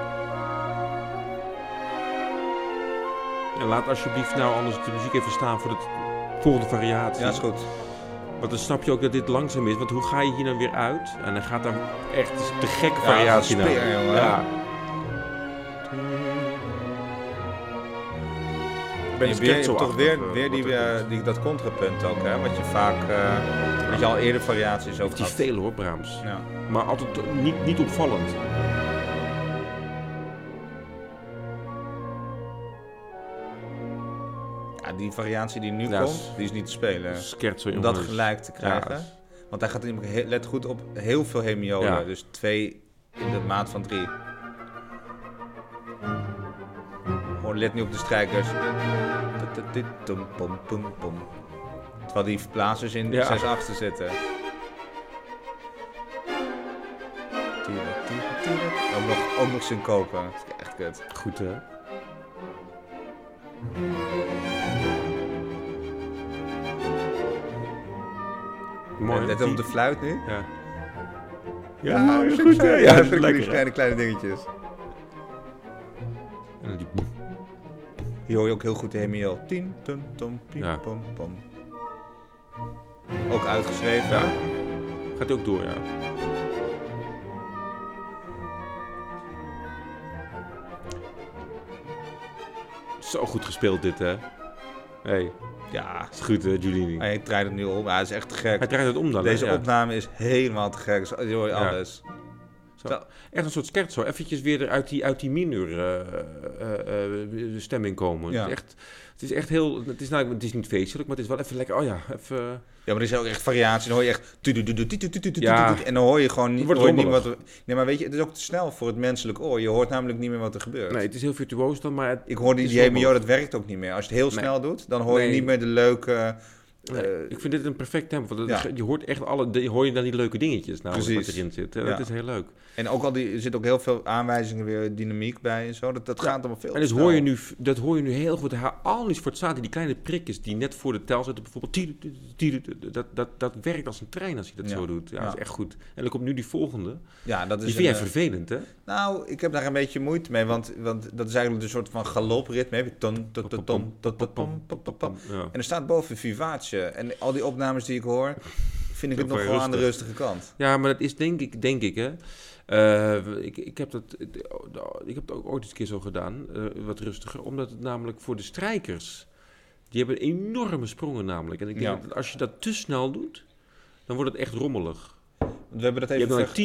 En laat alsjeblieft nou anders de muziek even staan voor de volgende variatie. Ja, is goed. Want dan snap je ook dat dit langzaam is. Want hoe ga je hier dan weer uit? En dan gaat dan echt de gekke variatie ja, naar. Speer, jongen. Ja. Ben je weer, toch weer, weer die, uh, die, dat contrapunt ook, hè? Wat je vaak, uh, wat je al eerder variaties over die had. veel hoor, Brahms. Ja. Maar altijd niet, niet opvallend. Ja, die variatie die nu ja, komt, die is niet te spelen. Scherzo, om dat gelijk te krijgen. Ja. Want hij gaat namelijk, let goed op, heel veel hemiolen. Ja. Dus twee in de maat van drie. Gewoon let nu op de strijkers. Terwijl die blazers in ja. zes achtste zitten. Ook nog, ook nog syncope. Dat is echt kut. Goed, hè? Mooi. Let op de fluit nu. Ja. Ja, ja dat is goed, hè? Ja, dat vind ik kleine, kleine dingetjes. En die... Hier hoor je ook heel goed de hemiel. Tien, tum, tum, piem, ja. pom, pom. Ook uitgeschreven. Ja. Gaat ook door, ja. Zo goed gespeeld dit, hè? Hey. Ja. Is goed, hè, Giulini? Hij draait het nu om. Hij is echt te gek. Hij draait het om dan, Deze hè? Ja. opname is helemaal te gek. Je hoort ja. alles. Zo. Zo. Echt een soort scherzo. Eventjes weer uit die, uit die minor uh, uh, uh, stemming komen. Ja. Het, is echt, het is echt heel... Het is, nou, het is niet feestelijk, maar het is wel even lekker... Oh ja, even... Ja, maar er is ook echt variatie. Dan hoor je echt... Ja. En dan hoor je gewoon niet, hoor je niet wat er... Nee, maar weet je, het is ook te snel voor het menselijk oor. Je hoort namelijk niet meer wat er gebeurt. Nee, het is heel virtuoos dan, maar... Het, ik hoor die, die hemio, dat werkt ook niet meer. Als je het heel nee. snel doet, dan hoor je nee. niet meer de leuke... Nee, uh, ik vind dit een perfect tempo. Want ja. Je hoort echt alle, je hoor je dan die leuke dingetjes namelijk wat erin zit. Ja. Dat is heel leuk. En ook al die, er zit ook heel veel aanwijzingen weer dynamiek bij en zo. Dat, dat ja. gaat allemaal veel. En dus hoor je nu, dat hoor je nu heel goed. Al iets voor het staat, die kleine prikjes die net voor de tel zitten, bijvoorbeeld. Dat, dat, dat werkt als een trein als je dat ja. zo doet. Ja, ja, dat is echt goed. En dan komt nu die volgende. Ja, dat is die vind een, jij vervelend, hè? Nou, ik heb daar een beetje moeite mee, want, want dat is eigenlijk een soort van galopritme. Heb je ton, ton, ton, ton, ton, ton, ton, ton, ton. En er staat boven vivace. En al die opnames die ik hoor, vind ik het nog wel aan de rustige kant. Ja, maar dat is denk ik, denk ik hè. Uh, ik, ik, heb dat, ik heb het ook ooit eens een keer zo gedaan, uh, wat rustiger. Omdat het namelijk voor de strijkers, die hebben enorme sprongen namelijk. En ik denk ja. dat als je dat te snel doet, dan wordt het echt rommelig. We hebben dat even... Je hebt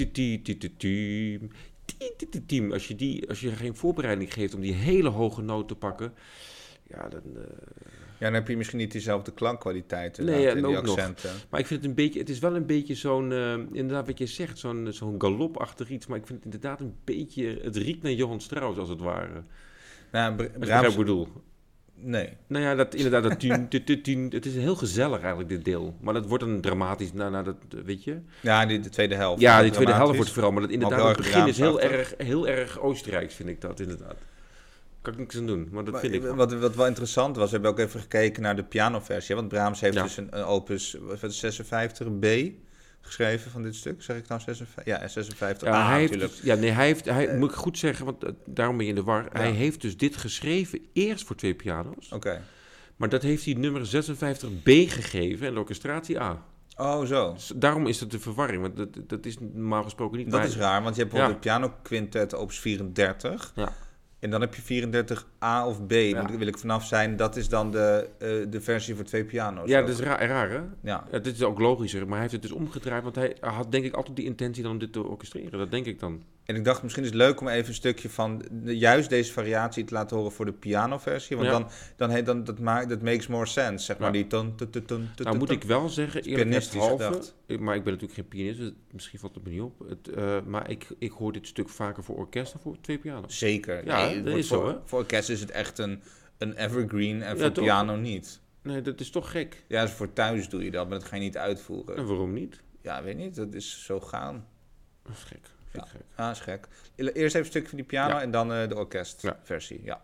dan team. Als je die, als je geen voorbereiding geeft om die hele hoge noot te pakken, ja, dan... Uh, Ja, dan heb je misschien niet diezelfde klankkwaliteit nee, ja, in die ook accenten. Nog. Maar ik vind het een beetje, het is wel een beetje zo'n, uh, inderdaad wat je zegt, zo'n, zo'n galopachtig iets. Maar ik vind het inderdaad een beetje, het riekt naar Johann Strauss als het ware. Nou, Br- Als Brahms... ik bedoel. Nee. Nou ja, dat inderdaad, dat tien, tien, tien, het is heel gezellig eigenlijk, dit deel. Maar dat wordt een dramatisch, nou, nou dat, weet je. Ja, die de tweede helft. Ja, die tweede helft wordt vooral, maar dat inderdaad, het begin is heel erg, heel erg Oostenrijks, vind ik dat, inderdaad. Kan ik niks aan doen, maar dat maar, vind ik wat, wat wel interessant was, we hebben ook even gekeken naar de pianoversie. Want Brahms heeft ja. dus een, een opus zesenvijftig B geschreven van dit stuk. Zeg ik nou zesenvijftig? Ja, zesenvijftig. Ja, ah, hij natuurlijk. heeft, ja, nee, hij heeft, hij, uh, moet ik goed zeggen, want uh, daarom ben je in de war. Ja. Hij heeft dus dit geschreven eerst voor twee piano's. Oké. Okay. Maar dat heeft hij nummer zesenvijftig B gegeven en de orchestratie A. Oh, zo. Dus daarom is het de verwarring, want dat, dat is normaal gesproken niet... Dat bij... is raar, want je hebt bijvoorbeeld ja. de pianoquintet opus vierendertig... Ja. En dan heb je vierendertig A of B, ja. moet, wil ik vanaf zijn. Dat is dan de, uh, de versie voor twee piano's. Ja, ook. Dat is raar, raar hè? Ja. Ja, dit is ook logischer, maar hij heeft het dus omgedraaid. Want hij had denk ik altijd die intentie dan om dit te orchestreren. Dat denk ik dan. En ik dacht, misschien is het leuk om even een stukje van de, juist deze variatie te laten horen voor de pianoversie. Want ja. dan, dan, dan, dan dat, maakt, dat makes more sense, zeg maar. Ja. Die ton, ton, ton, ton, ton, nou moet ik wel zeggen, eerlijk halve, gedacht. Maar ik ben natuurlijk geen pianist, dus misschien valt het me niet op. Het, uh, maar ik, ik hoor dit stuk vaker voor orkest dan voor twee piano's. Zeker. Ja, nee, dat is voor, zo, hè? Voor orkest is het echt een, een evergreen en ja, voor toch? piano niet. Nee, dat is toch gek. Ja, dus voor thuis doe je dat, maar dat ga je niet uitvoeren. En waarom niet? Ja, weet niet, dat is zo gaan. Dat is gek. Vind Ja. ik gek. Ah, is gek. Eerst even een stukje van die piano Ja. en dan uh, de orkestversie. Ja.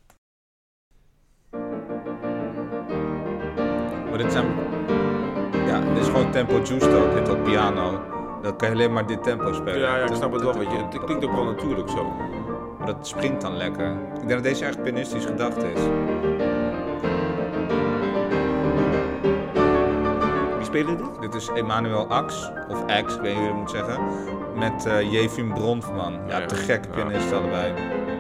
Maar dit zijn... Ja, dit is gewoon tempo justo, dit op piano. Dan kan je alleen maar dit tempo spelen. Ja, ja, ik snap het wel. Weet je. Het klinkt ook wel natuurlijk zo. Maar dat springt dan lekker. Ik denk dat deze echt pianistisch gedacht is. Wie speelde dit? Dit is Emanuel Ax, of Ax, ik weet niet hoe je het moet zeggen. Met uh, Jefim Bronfman. Ja, ja, te gekke ja. pianisten allebei.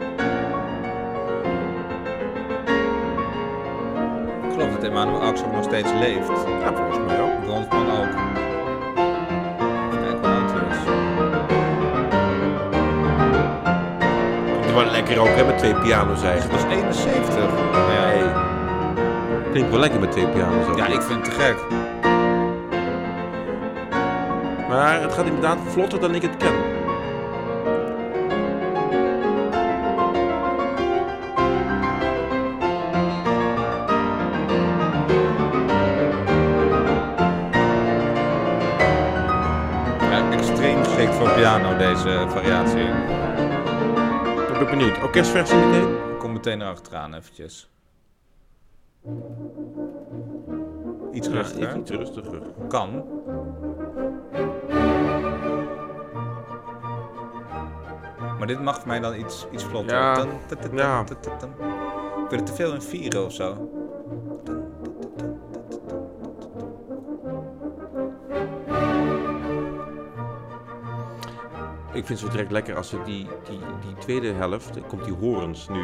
Ik geloof dat Emanuel Ax ook nog steeds leeft. Ja, volgens mij ook. Bronfman ook. Kijk hoe oud hij is. Het is wel lekker ook, hè, met twee piano's eigenlijk. Dat is eenenzeventig. Nee. Klinkt wel lekker met twee piano's ook. Ja, ik vind het te gek. Maar het gaat inderdaad vlotter dan ik het ken. Ja, extreem geschikt voor piano, deze variatie. Ik ben benieuwd. Orkestversie meteen? Ik kom meteen erachteraan eventjes. Iets ja, rustiger. Iets rustiger. Kan. Maar dit mag voor mij dan iets, iets vlotter. Ja. Dun, dun, dun, Ja. dun, dun, dun. Ik wil het te veel in vieren of zo. Ik vind het zo direct lekker als ze die, die, die tweede helft, dan komt die horens nu.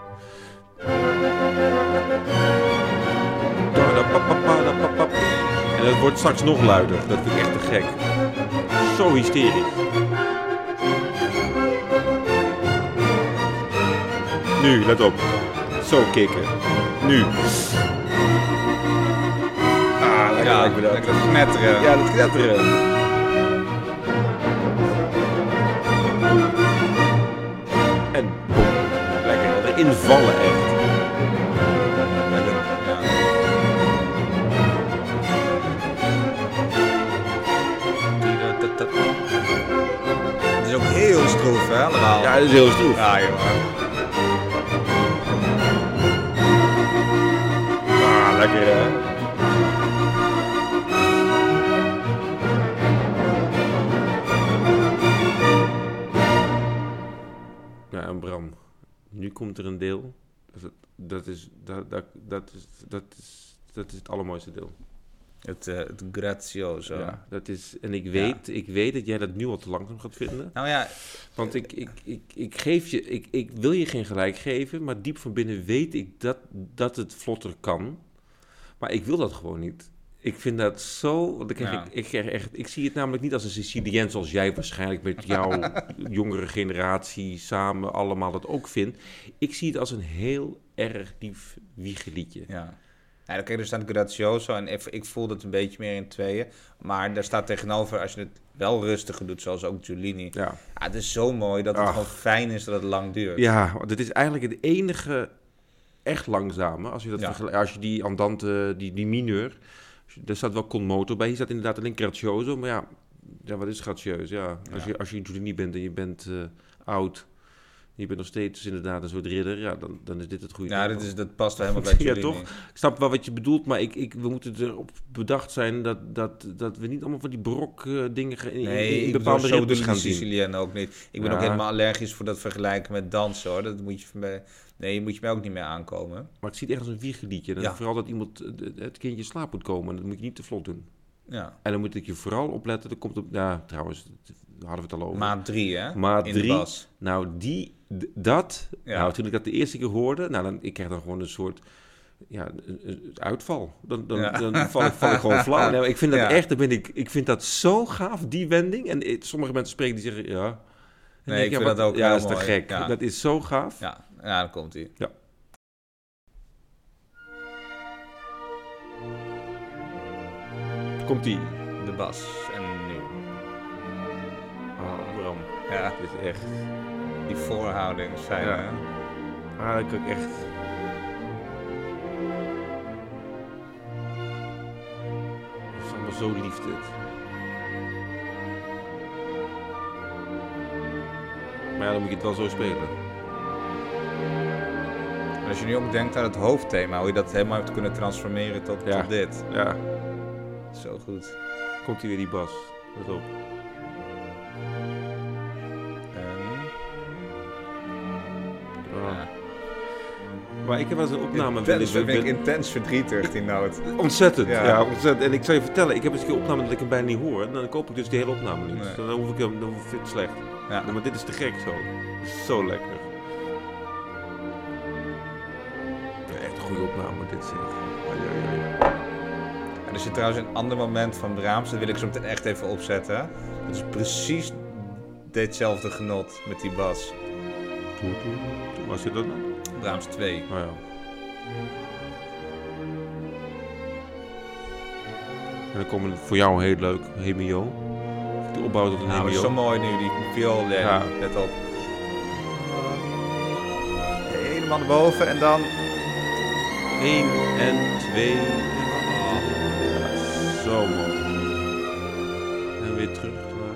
En het wordt straks nog luider. Dat vind ik echt te gek. Zo hysterisch. Nu, let op. Zo kicken. Nu. Ah, lekker, Ja, lekker dat. lekker dat knetteren. Ja, dat knetteren. En boom. Lekker. Erin vallen echt. Lekker, ja. Het is ook heel stroef, hè, allemaal. Ja, dat is heel stroef. Ja, joh. Ah, lekker hè. Ja, en Bram, nu komt er een deel. Dat, dat, is, dat, dat, dat, is, dat, is, dat is het allermooiste deel. Het, uh, het grazioso. Ja, dat is, en ik weet, ja. ik weet dat jij dat nu al te langzaam gaat vinden. Nou ja. Want ik, ik, ik, ik geef je, ik, ik wil je geen gelijk geven, maar diep van binnen weet ik dat, dat het vlotter kan. Maar ik wil dat gewoon niet. Ik vind dat zo, want ik, krijg, ja. ik, ik, krijg echt, ik zie het namelijk niet als een Siciliën zoals jij waarschijnlijk met jouw jongere generatie samen allemaal dat ook vindt. Ik zie het als een heel erg diep wiegeliedje. Ja. Ja, dan kijk, er staat grazioso en ik, ik voel het een beetje meer in tweeën. Maar daar staat tegenover, als je het wel rustiger doet, zoals ook Giulini. Ja. Ja, het is zo mooi dat het Ach. gewoon fijn is dat het lang duurt. Ja, want het is eigenlijk het enige echt langzame. Als je, dat ja. vergel- als je die andante, die, die mineur, er staat wel con moto bij, hier staat inderdaad alleen grazioso. Maar ja, ja wat is grazieus? Ja, als, ja. Je, als je Giulini bent en je bent uh, oud... Je bent nog steeds inderdaad een soort ridder. Ja, dan, dan is dit het goede. Ja, dit is, dat past wel helemaal bij Giulini. Ja, toch? Ik snap wel wat je bedoelt, maar ik, ik, we moeten erop bedacht zijn dat, dat, dat we niet allemaal van die barok uh, dingen in, nee, in bepaalde ritmes gaan zien. Siciliën ook niet. Ik ben ja. ook helemaal allergisch voor dat vergelijken met dansen, hoor. Dat moet je van mij, nee, moet je mij ook niet meer aankomen. Maar ik zie het echt als een wiegeliedje. Ja. Vooral dat iemand het kindje in slaap moet komen. Dat moet je niet te vlot doen. Ja. En dan moet ik je vooral opletten. Er komt op, nou, trouwens, daar hadden we het al over. Maat drie, hè? Maat in drie. De bas. Nou, die, d- dat. Ja. Nou, toen ik dat de eerste keer hoorde, nou, dan ik krijg dan gewoon een soort, ja, een, een uitval. Dan, dan, ja. dan val, ik, val ik gewoon flauw. Nee, ik vind dat ja. echt, dan ben ik, ik vind dat zo gaaf, die wending. En it, sommige mensen spreken die zeggen, ja. En nee, ik, ik vind ja, dat ook ja, heel dat is te mooi. gek. Ja. Dat is zo gaaf. Ja, ja, dan komt hij. Ja. Komt die. De bas. En nu. Oh, Bram. Ja. Dit is echt. Die voorhouding is fijn, ja. hè? Ah, dat kan ik echt. Dat is allemaal zo lief dit. Maar ja, dan moet je het wel zo spelen. En als je nu ook denkt aan het hoofdthema, hoe je dat helemaal hebt kunnen transformeren tot, Ja. tot dit. Ja. Zo goed. Komt hier weer die bas. Let op. En... Ja. Ja. Maar ik heb wel eens een opname... Intens, willen- dat vind ik willen- intens verdrietig, die noot. Ontzettend, ja. Ja. ontzettend. En ik zal je vertellen, ik heb eens een keer opname dat ik hem bijna niet hoor. Dan koop ik dus die hele opname niet. Nee. Dan hoef ik hem, dan vind ik het slecht. Ja. Ja, maar dit is te gek zo. Het is zo lekker. Ja, echt een goede opname dit zeg. Ai, ai, ai. En er zit trouwens een ander moment van Brahms, dat wil ik zo meteen echt even opzetten. Dat is precies ditzelfde genot met die bas. Toe, toe, toe. Waar zit dat nou? Brahms twee. Oh ja. En dan komt voor jou heel leuk, Hemio. De opbouw tot een Nou, dat is Hemio. zo mooi nu, die viool. Ja. Ja. Let op. Helemaal naar boven en dan... één en twee. Ja, zo mooi. En weer terug naar.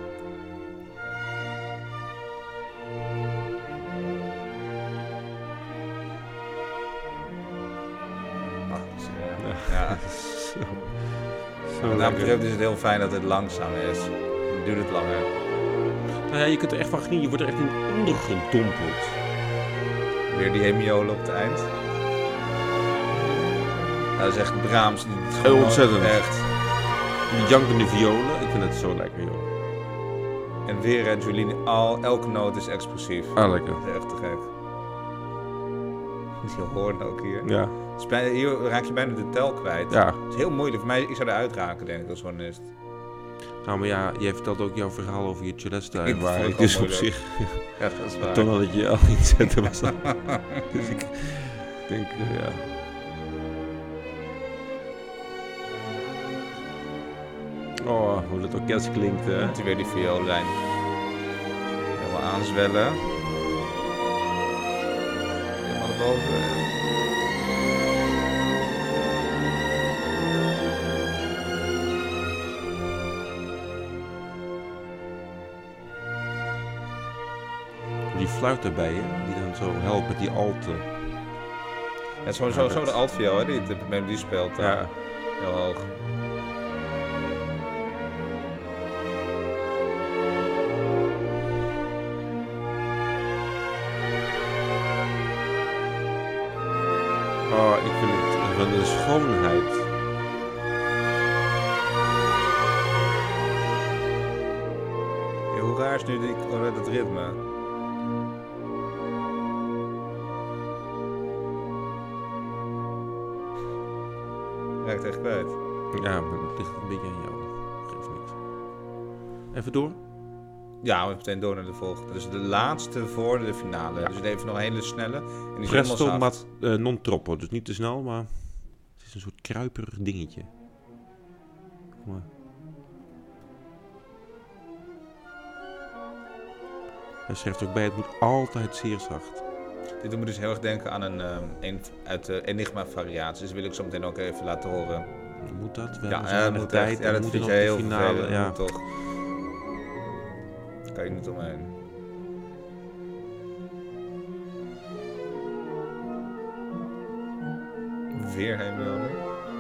Ah, ja. Ja. Zo. Zo Wat dat lekker. betreft is het heel fijn dat het langzaam is. Dan duurt het langer. Nou ja, je kunt er echt van genieten. Je wordt er echt in ondergedompeld. Weer die hemiolen op het eind. Ja, dat is echt Brahms. Die is Heel gewoon ontzettend. Echt. Die jankende violen. Ik vind het zo lekker, joh. En weer, hè, Jolien, al, elke noot is expressief. Ah, lekker. Dat is echt te gek. Die hoorn ook hier. Ja. Het is bijna- hier raak je bijna de tel kwijt. Ja. Het is heel moeilijk. Voor mij, ik zou eruit raken, denk ik, als hornist. Nou, maar ja, jij vertelt ook jouw verhaal over je celesta. Ik En waar vond ik het dus wel op moeilijk. zich... Ja, dat is waar. Toen al dat je al inzetten was al. Dus ik denk, uh, ja. Oh, hoe dat orkest klinkt, hè. Komt hij weer die vioollijn. Helemaal aanzwellen. Helemaal naar boven. Die fluit erbij, hè. Die dan zo helpt met die alten. Ja, het is gewoon zo, zo de altviool, hè, die de melodie speelt. daar. Ja. Heel hoog. Oh, ik vind het van de schoonheid. Ja, hoe raar is nu die, oh, dat ritme? Raakt echt kwijt. Ja, maar dat ligt een beetje aan jou. Geeft niks. Even door. Ja, we gaan meteen door naar de volgende. Dus de laatste voor de finale. Ja. Dus even nog een hele snelle. En die is Presto helemaal mat zacht. uh, non troppo. Dus niet te snel, maar het is een soort kruiperig dingetje. Kom maar. Hij schrijft ook bij, het moet altijd zeer zacht. Dit doet me dus heel erg denken aan een, um, een uit de Enigma-variaties. Dus wil ik zo meteen ook even laten horen. Moet dat? We Ja, hebben zo ja, dat weinig moet tijd. echt. Ja, dan dat moet vind er je nog heel de finale. vervelend. Ja. Moet toch. Kan je niet omheen. Weer heen wilde.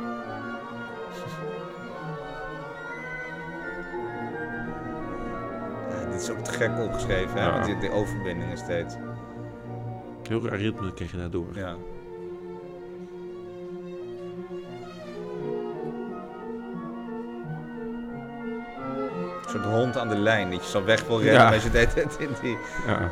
Ja, dit is ook te gek opgeschreven, hè? Ja. Want die, die overbinding is steeds. Heel raar ritme kreeg je daardoor. Ja. Een soort hond aan de lijn, dat je zo weg wil rennen, Ja. maar je zit het in die... Ja.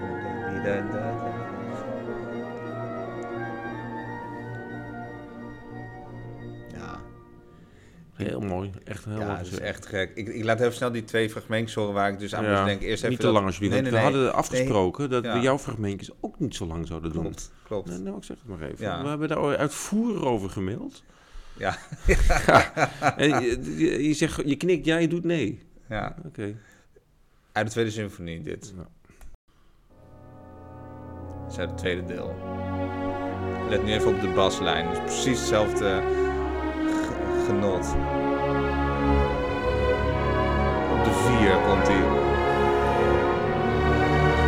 Ja, Heel mooi. Echt heel ja, mooi dat is gezegd. echt gek. Ik, ik laat even snel die twee fragmentjes horen waar ik dus aan Ja, moest denken. Eerst even niet te dat- lang alsjeblieft. Nee, want nee, we nee. hadden afgesproken dat Ja. we jouw fragmentjes ook niet zo lang zouden doen. Klopt, klopt. Nee, nou, ik zeg het maar even. Ja. We hebben daar uitvoerig over gemaild. Ja. En je, je, je zegt, je knikt, ja, je doet nee. Ja, Oké. uit de tweede symfonie dit. Ja. Dat is uit het tweede deel. Let nu even op de baslijn. Het is precies hetzelfde g- genot. Op de vier komt hij.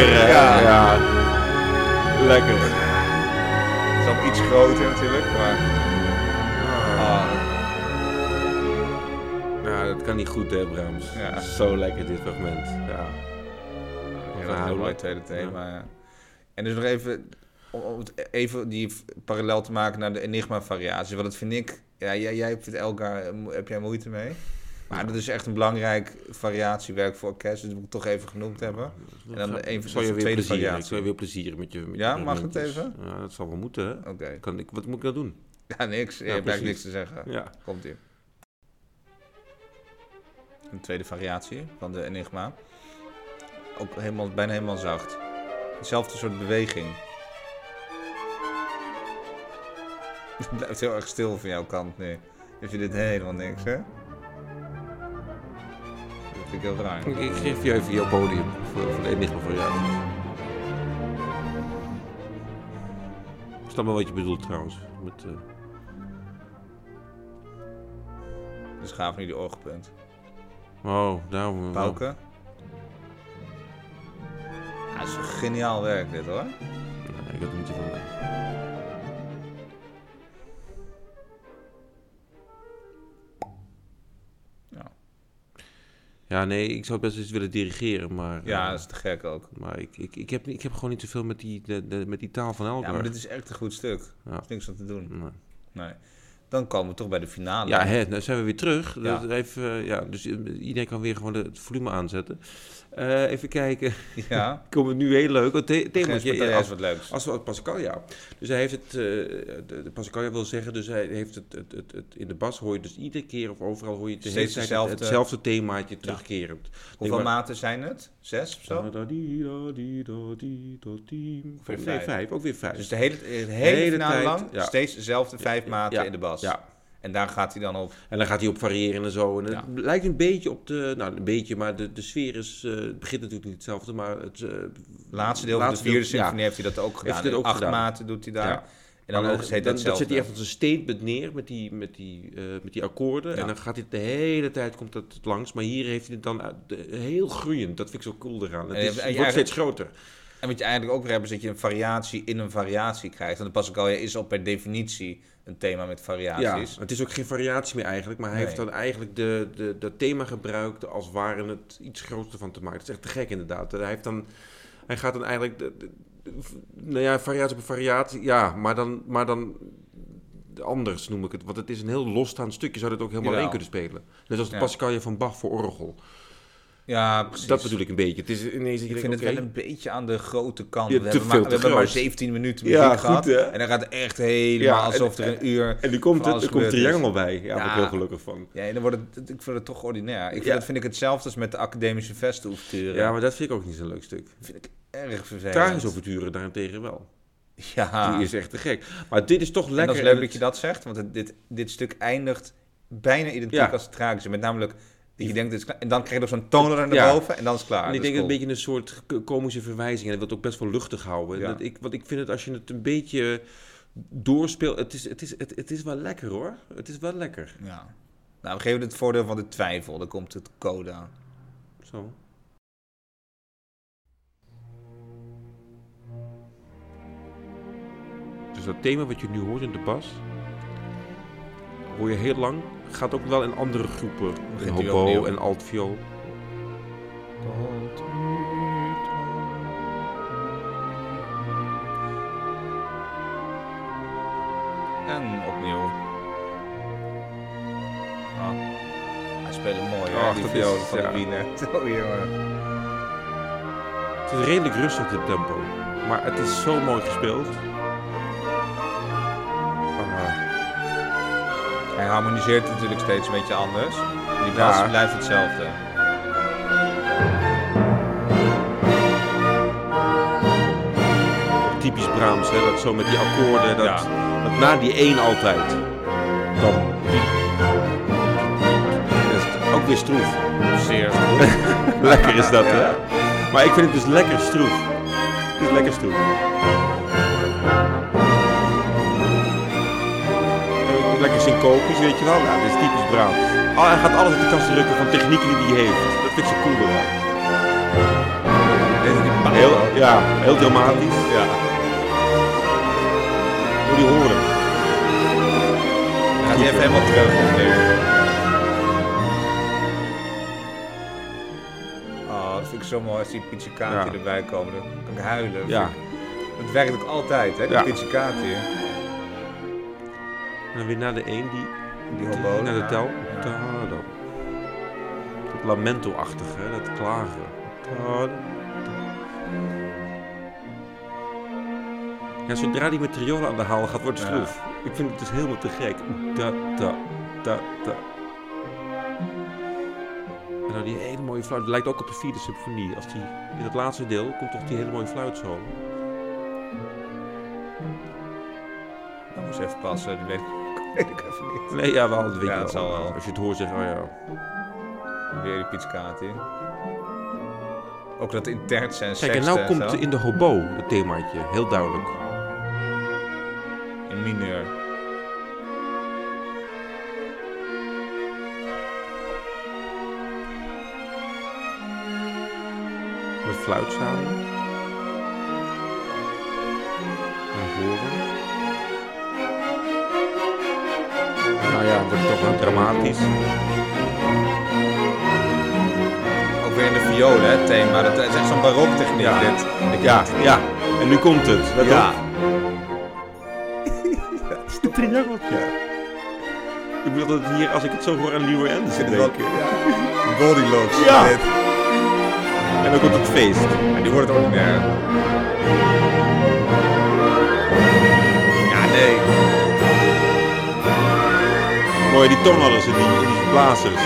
lekker, hè? Ja. ja. Lekker. Het is al iets groter natuurlijk, maar... Ah. Ja, dat kan niet goed, hè, Brahms. Ja. Zo lekker, dit fragment. Ja. Ja, dat is een mooi tweede thema, ja. Ja. En dus nog even, om het even die parallel te maken naar de Enigma-variatie. Want dat vind ik, ja, jij, jij hebt het Elgar, heb jij moeite mee? Maar dat is echt een belangrijk variatiewerk voor orkest, dus dat moet ik toch even genoemd hebben. En dan de een van de tweede variatie. Ik zou je weer plezier met je met Ja, je mag het muntjes. even? Ja, dat zal wel moeten, hè? Oké. Okay. Kan ik, wat moet ik nou doen? Ja, niks. Je ja, hebt eigenlijk precies. niks te zeggen. Ja. Komt-ie. Een tweede variatie van de Enigma. Ook helemaal, bijna helemaal zacht. Hetzelfde soort beweging. Het blijft heel erg stil van jouw kant nu. Je vindt dit helemaal niks, hè? Dat vind ik heel raar. Ik, ik geef je even jouw podium voor, voor de Enigma variatie. Ik snap wel wat je bedoelt trouwens. Met, uh... Dus gaaf nu die orgelpunt. Oh, daarom... Pauken. Ja, dat is een geniaal werk dit, hoor. Nee, ik heb er niet zoveel mee. Ja. Ja, nee, ik zou best eens willen dirigeren, maar... Ja, uh, dat is te gek ook. Maar ik, ik, ik, heb, ik heb gewoon niet zoveel met die, de, de, met die taal van Elgar. Ja, maar dit is echt een goed stuk. Ja. Er is niks aan te doen. Nee. Nee. Dan komen we toch bij de finale. Ja, hè, dan zijn we weer terug. Ja. Dat even, uh, ja, dus iedereen kan weer gewoon het volume aanzetten. Uh, even kijken. Ja. Komt het nu heel leuk. Het the- thema Geen ja, als, wat leuks. als we Pascalia. Dus hij heeft het, uh, de, de Pascalia wil zeggen, dus hij heeft het, het, het, het in de bas hoor je dus iedere keer of overal hoor je het de hele Steeds tijd dezelfde- het, hetzelfde themaatje Ja. terugkerend. Hoeveel Nee, maar- maten zijn het? Zes of zo? Nee, vijf. vijf. Ook weer vijf. Dus de hele, de hele, hele finale tijd, lang ja. steeds dezelfde vijf maten Ja, in de bas. Ja. En daar gaat hij dan op. En dan gaat hij op variëren en zo. En het Ja. lijkt een beetje op de... Nou, een beetje, maar de, de sfeer is... Uh, het begint natuurlijk niet hetzelfde, maar het... Uh, Laatste deel laatste van de vierde deel, symfonie ja. heeft hij dat ook gedaan. Heeft hij dat ook Acht gedaan. maten doet hij daar. Ja. En dan Maar ook eens heet dan, het dan zet hij hetzelfde. echt als een statement neer met die, met die, uh, met die akkoorden. Ja. En dan gaat hij de hele tijd komt dat langs. Maar hier heeft hij het dan uh, de, heel groeiend. Dat vind ik zo cool eraan. Het, En je is, hebt- het en wordt je steeds groter. En wat je eigenlijk ook weer hebt, is dat je een variatie in een variatie krijgt. En de Pascalia is al per definitie een thema met Ja, variaties. het is ook geen variatie meer eigenlijk. Maar hij Nee. heeft dan eigenlijk de, de, dat thema gebruikt als ware het iets groter van te maken. Het is echt te gek inderdaad. Hij, heeft dan, hij gaat dan eigenlijk... De, de, de, nou ja, variatie op variatie. Ja, maar dan... Maar dan anders noem ik het. Want het is een heel losstaand stukje. Zou dat ook helemaal Jawel. alleen kunnen spelen. Net als de Ja. Pascalia van Bach voor orgel. Ja, precies. Dat bedoel ik een beetje. Het is ineens dat je Ik vind denkt, het wel oké, een beetje aan de grote kant. Ja, we te hebben, veel, maar, we te hebben maar groot. zeventien minuten muziek Ja, goed, gehad. hè? En dan gaat het echt helemaal Ja, alsof en- er een uur... En nu komt, van het, alles er komt gebeurd triangel is. bij. Ja, daar ben ik Ja. heel gelukkig van. Ja, en dan wordt het, ik vind het toch ordinair. Ik vind, Ja. dat vind ik hetzelfde als met de academische festoefturen. Ja, maar dat vind ik ook niet zo'n leuk stuk. vind ik erg vervelend. Tragische overturen daarentegen wel. Ja. Die is echt te gek. Maar dit is toch En lekker. dat is leuk en dat je dat zegt, want het, dit, dit stuk eindigt bijna identiek Ja. als het tragische. Met namelijk, dat je denkt, dit is klaar. En dan krijg je nog zo'n toner naar Ja. boven en dan is het klaar. En ik Dat denk is een cool. beetje een soort k- komische verwijzing. En hij wil het ook best wel luchtig houden. Ja. Dat ik, want ik vind het als je het een beetje doorspeelt. Het is, het, is, het, het is wel lekker hoor. Het is wel lekker. Ja. Nou, we geven het voordeel van de twijfel. Dan komt het coda. Zo. Dus dat thema wat je nu hoort in de bas, hoor je heel lang, gaat ook wel in andere groepen. Begint In hij hobo opnieuw. en altviool. En opnieuw. Ah. Hij speelt het mooi, hè? Ach, Die dat viool is- van ja. de Wiener. Oh, jongen. Het is redelijk rustig dit tempo, maar het is zo mooi gespeeld. Ah. Hij harmoniseert natuurlijk steeds een beetje anders. Die bas Ja. blijft hetzelfde. Typisch Brahms, hè? Dat zo met die akkoorden, dat, Ja. dat na die één altijd. Dan die. Dat is ook weer stroef. Zeer goed. Lekker is dat, Ja. hè? Maar ik vind het dus lekker stroef. Het is lekker stroef. Eh, Lekker syncopisch, weet je wel? Nou, dit is typisch Brahms. Oh, hij gaat alles uit de kast drukken van technieken die hij heeft. Dat vind ik zo cool eraan. Deze die Heel, ja, heel dramatisch. Ja. Hoe die horen. Dan gaat hij even helemaal terug opnemen. Oh, dat vind ik zo mooi als die pizzicati Ja. erbij komen. Dan kan ik huilen. Ja. Dat werkt ook altijd, hè, die Ja. pizzicati. En dan weer naar de een die... Die hobo. Naar de ja. tel. Ja. Tado. Dat lamento-achtige, hè, dat klagen. Tado. Ja, zodra die met triolen aan de haal gaat, wordt het Ja. stroef. Ik vind het dus helemaal te gek. Da, da, da, da. En nou die hele mooie fluit, het lijkt ook op de vierde symfonie. Als die, in het laatste deel komt toch die hele mooie fluit zo. Dan moet je even passen, die weet ik, weet ik even niet. Nee, ja, wel, dat weet Ja, je dat wel. zal wel. Als je het hoort zeggen, oh ja. Weer die pizzicati. Ook dat intert en Kijk, en nou komt in de hobo het themaatje, heel duidelijk. In mineur. Met fluit samen. En horen. Nou ja, wordt het toch wel dramatisch. Ook weer in de viool, hè, het thema. Dat is echt zo'n baroktechniek, Ja. dit. Ja, ja. En nu komt het. Let Ja. op. Het is een triangeltje. Ik bedoel dat het hier, als ik het zo hoor aan Leroy Anderson Vind het wel- denken. ja. Goldilocks. Ja. Dit. En dan komt het feest. En die wordt het ordinair. Ja, nee. Mooi, die tonladders en die, die blazers.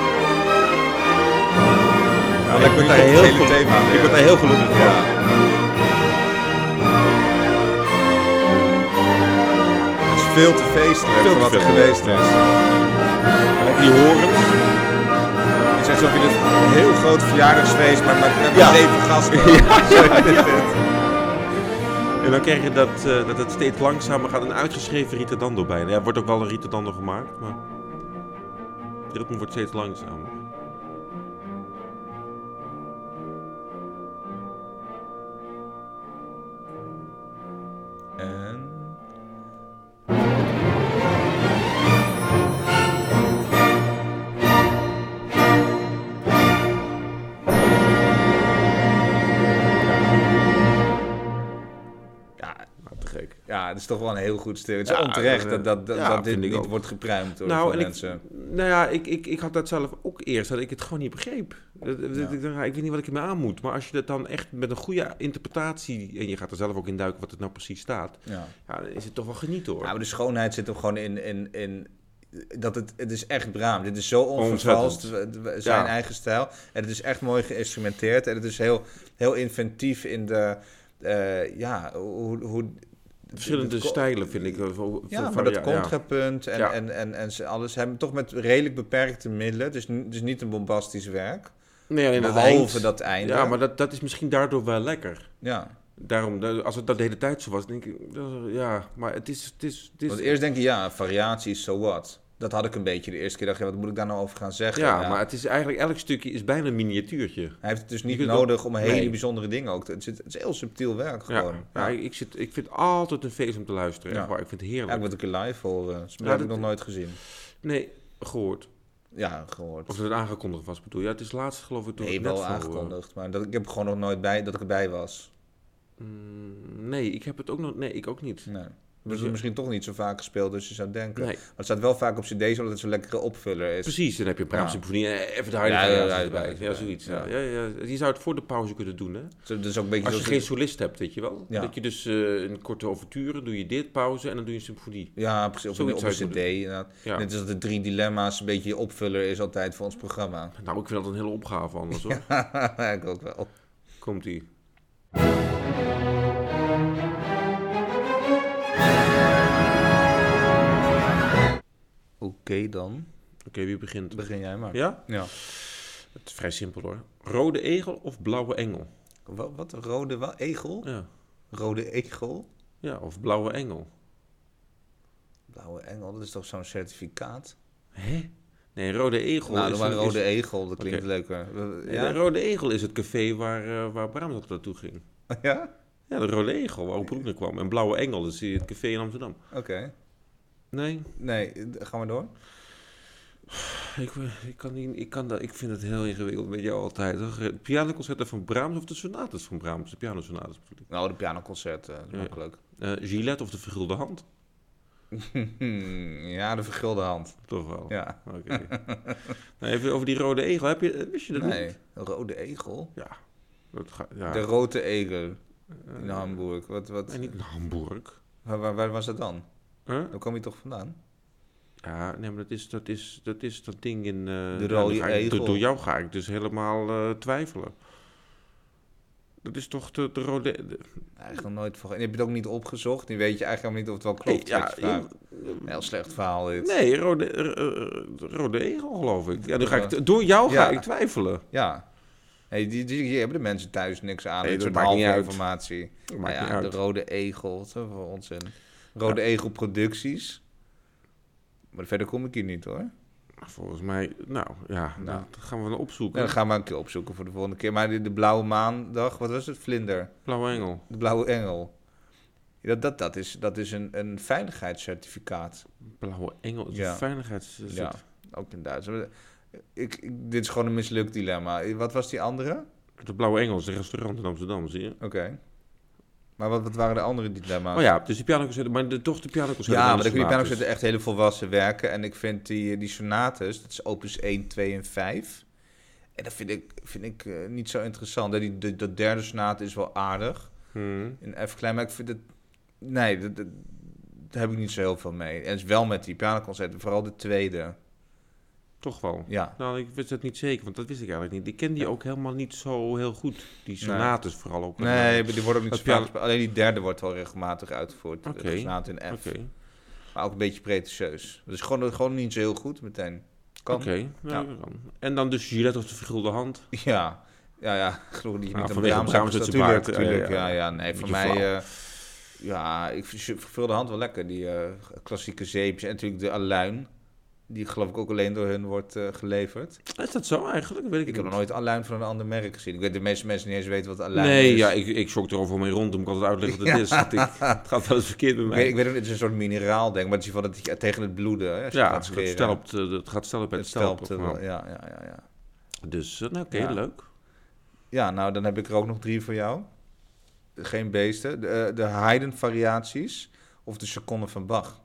Nou, ik word daar heel, hele gelu- thema weer. ik word daar heel gelukkig van. Ja. Het is veel te feestelijk Veel voor te wat er veel. geweest is. En die horen. Het is alsof je dit een heel groot verjaardagsfeest, maar met, met Ja. zeven gasten. Ja. Zo is dit. En dan krijg je dat, uh, dat het steeds langzamer gaat. Een uitgeschreven ritardando bijna. Ja, er wordt ook wel een ritardando gemaakt, maar het ritme wordt steeds langzamer. En... Ja, Nou, te gek. ja, het is toch wel een heel goed stuk. Het is Ja, onterecht dat, dat, dat, dat, ja, dat dit vind ik niet ook. wordt gepruimd door Nou, veel en mensen. ik, nou ja, ik, ik, ik had dat zelf ook eerst, dat ik het gewoon niet begreep. Dat, dat, Ja. ik, dacht, ja, ik weet niet wat ik ermee aan moet. Maar als je dat dan echt met een goede interpretatie, en je gaat er zelf ook in duiken wat het nou precies staat, Ja. ja, dan is het toch wel genieten hoor. Ja, maar de schoonheid zit hem gewoon in, in, in dat het, het is echt Brahms. Dit is zo onvervalst, Ontzettend. w- w- zijn Ja. eigen stijl. En het is echt mooi geïnstrumenteerd. En het is heel, heel inventief in de, eh, ja, hoe... hoe Verschillende het ko- stijlen vind ik. eh, voor- Ja, voor- maar dat ja, contrapunt en, Ja. en, en, en ze alles hebben toch met redelijk beperkte middelen. Dus, n- dus niet een bombastisch werk. Nee, alleen dat Behalve eind. dat einde. Ja, maar dat, dat is misschien daardoor wel lekker. Ja. Daarom, dat- als het dat de hele tijd zo was, denk ik, dat is- ja, maar het is... Het is, het is Want eerst denk je, ja, variatie is so what. Dat had ik een beetje de eerste keer. Dacht, ja, wat moet ik daar nou over gaan zeggen? ja, maar het is eigenlijk, elk stukje is bijna een miniatuurtje. Hij heeft het dus Je niet kunt nodig om hele nee. bijzondere dingen ook te... Het is, het is heel subtiel werk Ja, gewoon. ja, Ja, ik, zit, ik vind het altijd een feest om te luisteren. Ja. Echt waar, ik vind het heerlijk. ja ik wil het een keer live horen. Dat Ja, heb ik dat- nog nooit gezien. Nee, gehoord. Ja, gehoord. Of dat het aangekondigd was, bedoel je? Ja, het is laatst geloof ik toen Nee, het wel net voor, aangekondigd. Maar dat, ik heb gewoon nog nooit bij dat ik erbij was. eh, mm, nee, ik heb het ook nog... Nee, ik ook niet. Nee. We Dus hebben je- misschien toch niet zo vaak gespeeld, dus je zou denken. Nee. Maar het staat wel vaak op cd's, omdat het zo'n lekkere opvuller is. Precies, dan heb je een Brahms Ja. symfonie en even de harde Ja, ja, variaties ja, erbij. ja, Ja, ja, zoiets. ja. Ja. Ja, ja. Je zou het voor de pauze kunnen doen, hè? Dus, dus ook een beetje Als je zo- geen solist hebt, weet je wel. Ja. Dat je dus eh, een korte overture, doe je dit, pauze en dan doe je een symfonie. Ja, precies. Op een, Zoiets op een zou cd. je Inderdaad. Ja. Net als de drie dilemma's een beetje je opvuller is altijd voor ons programma. Nou, ik vind dat een hele opgave anders, hoor. Ja, ik ook wel. Komt-ie. Oké dan. Oké, wie begint? Begin jij maar. Ja? Ja. Het is vrij simpel, hoor. Rode egel of blauwe engel? Wat? wat rode wat? Egel? Ja. Rode egel? Ja, of blauwe engel. Blauwe engel, dat is toch zo'n certificaat? Hè? Nee, Rode Egel Nou, is... doe maar een- Rode is, Egel, dat klinkt Oké. leuker. Nee, Ja? de Rode Egel is het café waar, uh, waar Brahms altijd naartoe ging. Ja? Ja, de Rode Egel, waar ook Broekner kwam. En Blauwe Engel, dat is het café in Amsterdam. Oké. Okay. Nee. Nee, gaan we door? Ik, ik, kan niet, ik, kan dat, ik vind het heel ingewikkeld met jou altijd. Het pianoconcerten van Brahms of de sonates van Brahms? De pianosonates bedoel ik. Nou, de pianoconcerten, dat is ja. makkelijk. Uh, Gillette of de vergulde hand? Ja, de vergulde hand. Toch wel? Ja. Oké. Okay. Nou, even over die Rode Egel. Heb je, wist je dat nee, niet? Nee, Rode Egel? Ja. Dat ga, ja. De Rode Egel in uh, Hamburg. Wat, wat? Nee, niet in Hamburg. Waar, waar, waar was dat dan? Huh? Daar kom je toch vandaan? Ja, nee, maar dat is dat, is, dat, is dat ding in... Uh, de Rode ja, Egel. Door, door jou ga ik dus helemaal uh, twijfelen. Dat is toch de, de Rode... De... Eigenlijk nog nooit voor. En heb je het ook niet opgezocht? Nu weet je eigenlijk niet of het wel klopt. Nee, ja, ja, heel slecht verhaal dit. Nee, Rode, uh, Rode Egel geloof ik. Ja, nu ga ik door jou ga ja. ik twijfelen. Ja. Hey, die, die, die hebben de mensen thuis niks aan. Nee, dit dat soort maakt niet uit. informatie. Dat maar maakt ja, niet de uit. Rode Egel. Wat voor onzin. Rode ja. Egel Producties. Maar verder kom ik hier niet hoor. Volgens mij, nou ja, nou. dat gaan we dan opzoeken. Ja, dan gaan we een keer opzoeken voor de volgende keer. Maar de, de Blauwe Maandag, wat was het? Vlinder. Blauwe Engel. De Blauwe Engel. Dat, dat, dat is, dat is een, een veiligheidscertificaat. Blauwe Engel is ja. een veiligheidscertificaat. Ja, ook in Duits. Ik, ik, dit is gewoon een mislukt dilemma. Wat was die andere? De Blauwe Engel is een restaurant in Amsterdam, zie je. Oké. Okay. Maar wat, wat waren de andere dilemma's? Oh ja, dus die pianoconcerten, maar de, toch de pianoconcerten. Ja, maar dan kun je die pianoconcerten echt hele volwassen werken. En ik vind die, die sonates, dat is opus één, twee en vijf. En dat vind ik, vind ik uh, niet zo interessant. Die, de, de derde sonate is wel aardig. Hmm. In F klein, maar ik vind het... Nee, dat, dat, daar heb ik niet zo heel veel mee. En het is wel met die pianoconcerten, vooral de tweede. Toch wel? Ja. Nou, ik wist het niet zeker, want dat wist ik eigenlijk niet. Ik ken die ja. ook helemaal niet zo heel goed. Die sonates nee. vooral ook. Nee, maar die worden ook niet zo piano... vaak... Alleen die derde wordt wel regelmatig uitgevoerd. Oké. Okay. De sonate in F. Okay. Maar ook een beetje pretentieus. Dus gewoon, gewoon niet zo heel goed meteen. Oké. Okay. Ja, ja. En dan dus Gillette of de vergulde hand? Ja. Ja, ja. Geloof dat je nou, niet een Brahms hebt. Natuurlijk, natuurlijk. Ja, ja, ja. Nee, voor mij... Uh, ja, ik vind vergulde hand wel lekker. Die uh, klassieke zeepjes. En natuurlijk de aluin. Die geloof ik ook alleen door hun wordt uh, geleverd. Is dat zo eigenlijk? Dat weet ik ik niet. heb nog nooit aluin van een ander merk gezien. Ik weet de meeste mensen niet eens weten wat aluin nee, is. Nee, ja, ik, ik schrok erover mee rond. Dan moet ik altijd uitleggen wat het ja. is. Ik, het gaat wel eens verkeerd bij mij. Ik weet, ik weet ook, het is een soort mineraal, denk maar het is van dat het tegen het bloeden. Hè, als je ja, gaat het, stelpt, het gaat stelpen bij het, het stelpen. stelpt. Ja, ja, ja, ja. Dus, nou, oké, okay, ja. leuk. Ja, nou, dan heb ik er ook nog drie voor jou. Geen beesten. De, de Haydn-variaties of de seconden van Bach.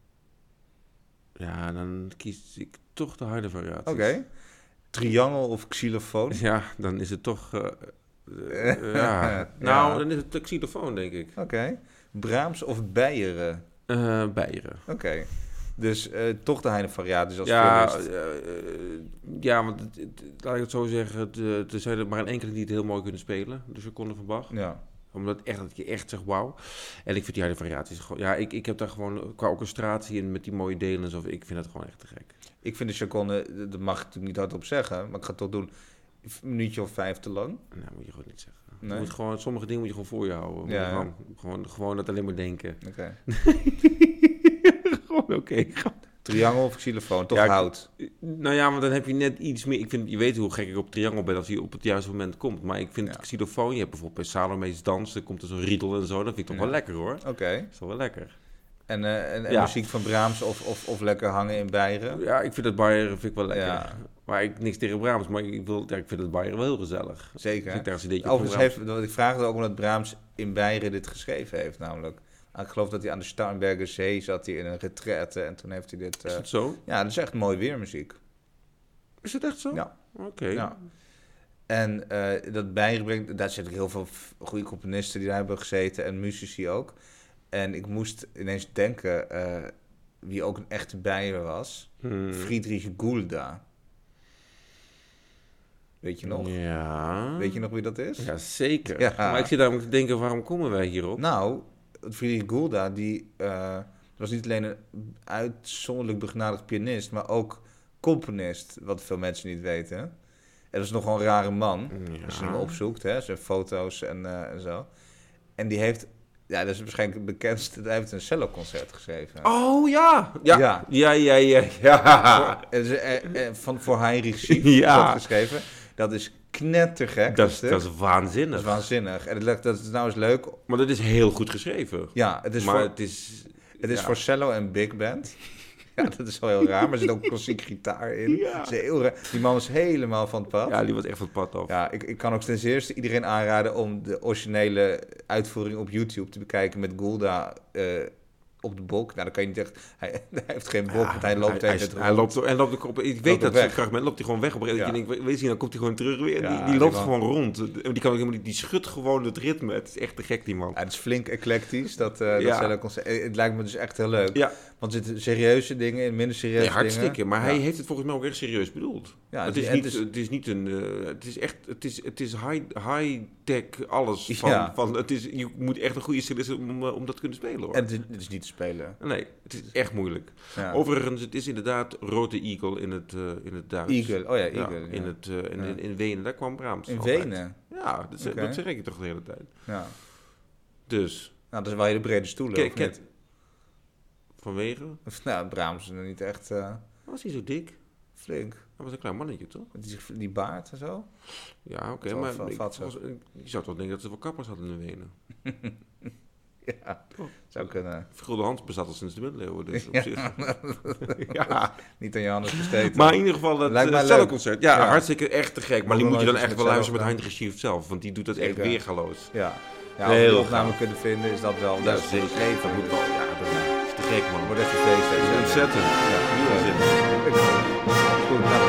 Ja, dan kies ik toch de harde variaties. Oké. Okay. Triangel of xylofoon? Ja, dan is het toch... Uh, uh, ja. Nou, ja. dan is het de xylofoon, denk ik. Oké. Okay. Brahms of Beieren? Uh, Beieren. Oké. Okay. Dus uh, toch de Haydn-variaties als ja, uh, uh, ja, want het, het, laat ik het zo zeggen, de, er zijn er maar een enkele die het heel mooi kunnen spelen. De seconden van Bach. Ja. Omdat echt, dat je echt zegt, wauw. En ik vind die Haydn-variaties gewoon... Ja, ik, ik heb daar gewoon qua orchestratie en met die mooie delen en zo, ik vind het gewoon echt te gek. Ik vind de seconde, dat mag ik natuurlijk niet hardop zeggen, maar ik ga het toch doen, een minuutje of vijf te lang. Nou, moet je gewoon niet zeggen. Nee? Je moet gewoon, sommige dingen moet je gewoon voor je houden. Ja, gewoon, ja. gewoon, gewoon dat alleen maar denken. Oké. Okay. gewoon oké. Okay. Triangel of xylofoon, toch ja, hout? Nou ja, maar dan heb je net iets meer... Ik vind, je weet hoe gek ik op triangel ben als hij op het juiste moment komt. Maar ik vind ja. xylofoon, je hebt bijvoorbeeld bij Salome's dans, er komt er zo'n riedel en zo. Dat vind ik toch ja. wel lekker hoor. Oké. Okay. Dat is toch wel lekker. En, uh, en, en ja. muziek van Brahms of, of, of lekker hangen in Beieren? Ja, ik vind het Beieren vind ik wel lekker. Ja. Maar ik niks tegen Brahms, maar ik, wil, ja, ik vind het Beieren wel heel gezellig. Zeker. Dus ik Overigens heeft, ik vraagde ook omdat Brahms in Beieren dit geschreven heeft namelijk. Ik geloof dat hij aan de Starnberger Zee zat hij in een retraite en toen heeft hij dit... Uh, is het zo? Ja, dat is echt mooi weermuziek. Is het echt zo? Ja. Oké. Okay. Ja. En uh, dat Beieren brengt... Daar zitten heel veel goede componisten die daar hebben gezeten en muzici ook. En ik moest ineens denken uh, wie ook een echte Beier was. Hmm. Friedrich Gulda. Weet je nog? Ja. Weet je nog wie dat is? Ja, zeker. Ja. Maar ik zit daar om te denken, waarom komen wij hierop? Nou, Friedrich Gulda, die uh, was niet alleen een uitzonderlijk begenadigd pianist, maar ook componist, wat veel mensen niet weten. En dat is nogal een rare man, ja. als je hem opzoekt, hè, zijn foto's en, uh, en zo. En die heeft Ja, dat is waarschijnlijk het bekendste. Hij heeft een celloconcert geschreven. Oh ja! Ja, Ja. ja, ja, ja. ja. Voor, eh, eh, eh, van, voor Heinrich Schief Ja. geschreven. Dat is knettergek. Dat, is- stuk. dat is Dat waanzinnig. is waanzinnig. En dat, dat is nou eens leuk. Maar dat is heel goed geschreven. Ja, het is maar voor, het is... het is ja. voor cello en big band. Ja, dat is wel heel raar. Maar er zit ook klassiek gitaar in. Ja. Dat is heel raar. Die man is helemaal van het pad. Ja, die was echt van het pad af. Ja, ik, ik kan ook ten eerste iedereen aanraden om de originele uitvoering op YouTube te bekijken met Gulda eh, op de bok. Nou, dan kan je niet echt... Hij, hij heeft geen bok, want hij loopt hij, tegen het hij, hij loopt, hij loopt ook op... Ik weet ook dat weg. zijn fragment loopt hij gewoon weg. Op een gegeven moment Ja. denk ik, weet je, dan komt hij gewoon terug weer. Ja, die, die die loopt man- gewoon rond. Die, kan ook helemaal niet, die schudt gewoon het ritme. Het is echt te gek, die man. Ja, het is flink eclectisch, dat, uh, Ja. dat celloconcert. Eh, Het lijkt me dus echt heel leuk. Ja, Want er zitten serieuze dingen in, minder serieuze nee, hartstikke. dingen. Maar Ja. hij heeft het volgens mij ook echt serieus bedoeld. Ja, het, die- is en niet, het is- het is niet een... uh, het is echt... Het is, het is high, high-tech alles. Van, Ja. van, het is, je moet echt een goede stylist zijn om, uh, om dat te kunnen spelen, hoor. En het is, het is niet te spelen. Nee, het is echt moeilijk. Ja. Overigens, het is inderdaad Rode Eagle in het, uh, in het Duits. Eagle, oh ja, Ja, Eagle. Ja, in, het, uh, in, Ja. in, in Wenen, daar kwam Brahms In altijd. Wenen? Ja, dat, zeg- Oké. dat zeg ik toch de hele tijd. Ja. Dus, Nou, dat is wel hele brede stoelen, Ken- of ken- niet? vanwege, Of, nou, Brahms is nog niet echt uh, was hij zo dik? flink. Hij was een klein mannetje, toch? Met die, die baard en zo. Ja, oké, Zo maar va- ik, vat zo. was- ik- je zou toch denken dat ze wel kappers hadden in Wenen. Ja, Toch? zou kunnen. Vergulde Hans bestaat al sinds de middeleeuwen, dus op Ja. zich. ja. Niet aan Johannes besteed. Maar in ieder geval, het Lijkt mij uh, leuk. celloconcert, ja, Ja. hartstikke echt te gek. Maar Moet die nog moet je dan nooit echt eens wel met luisteren met cello Heinrich Schief zelf, want die doet dat echt Zeker. weergaloos. Ja, ja Heel als we de opname gaaf. kunnen vinden, is dat wel... Ja, dat is zeker. geschreven. Dat moet wel, ja, dat is te gek, man. Wordt echt een feest. hè. Ontzettend. Ja, Nu al zin. Goed, nou,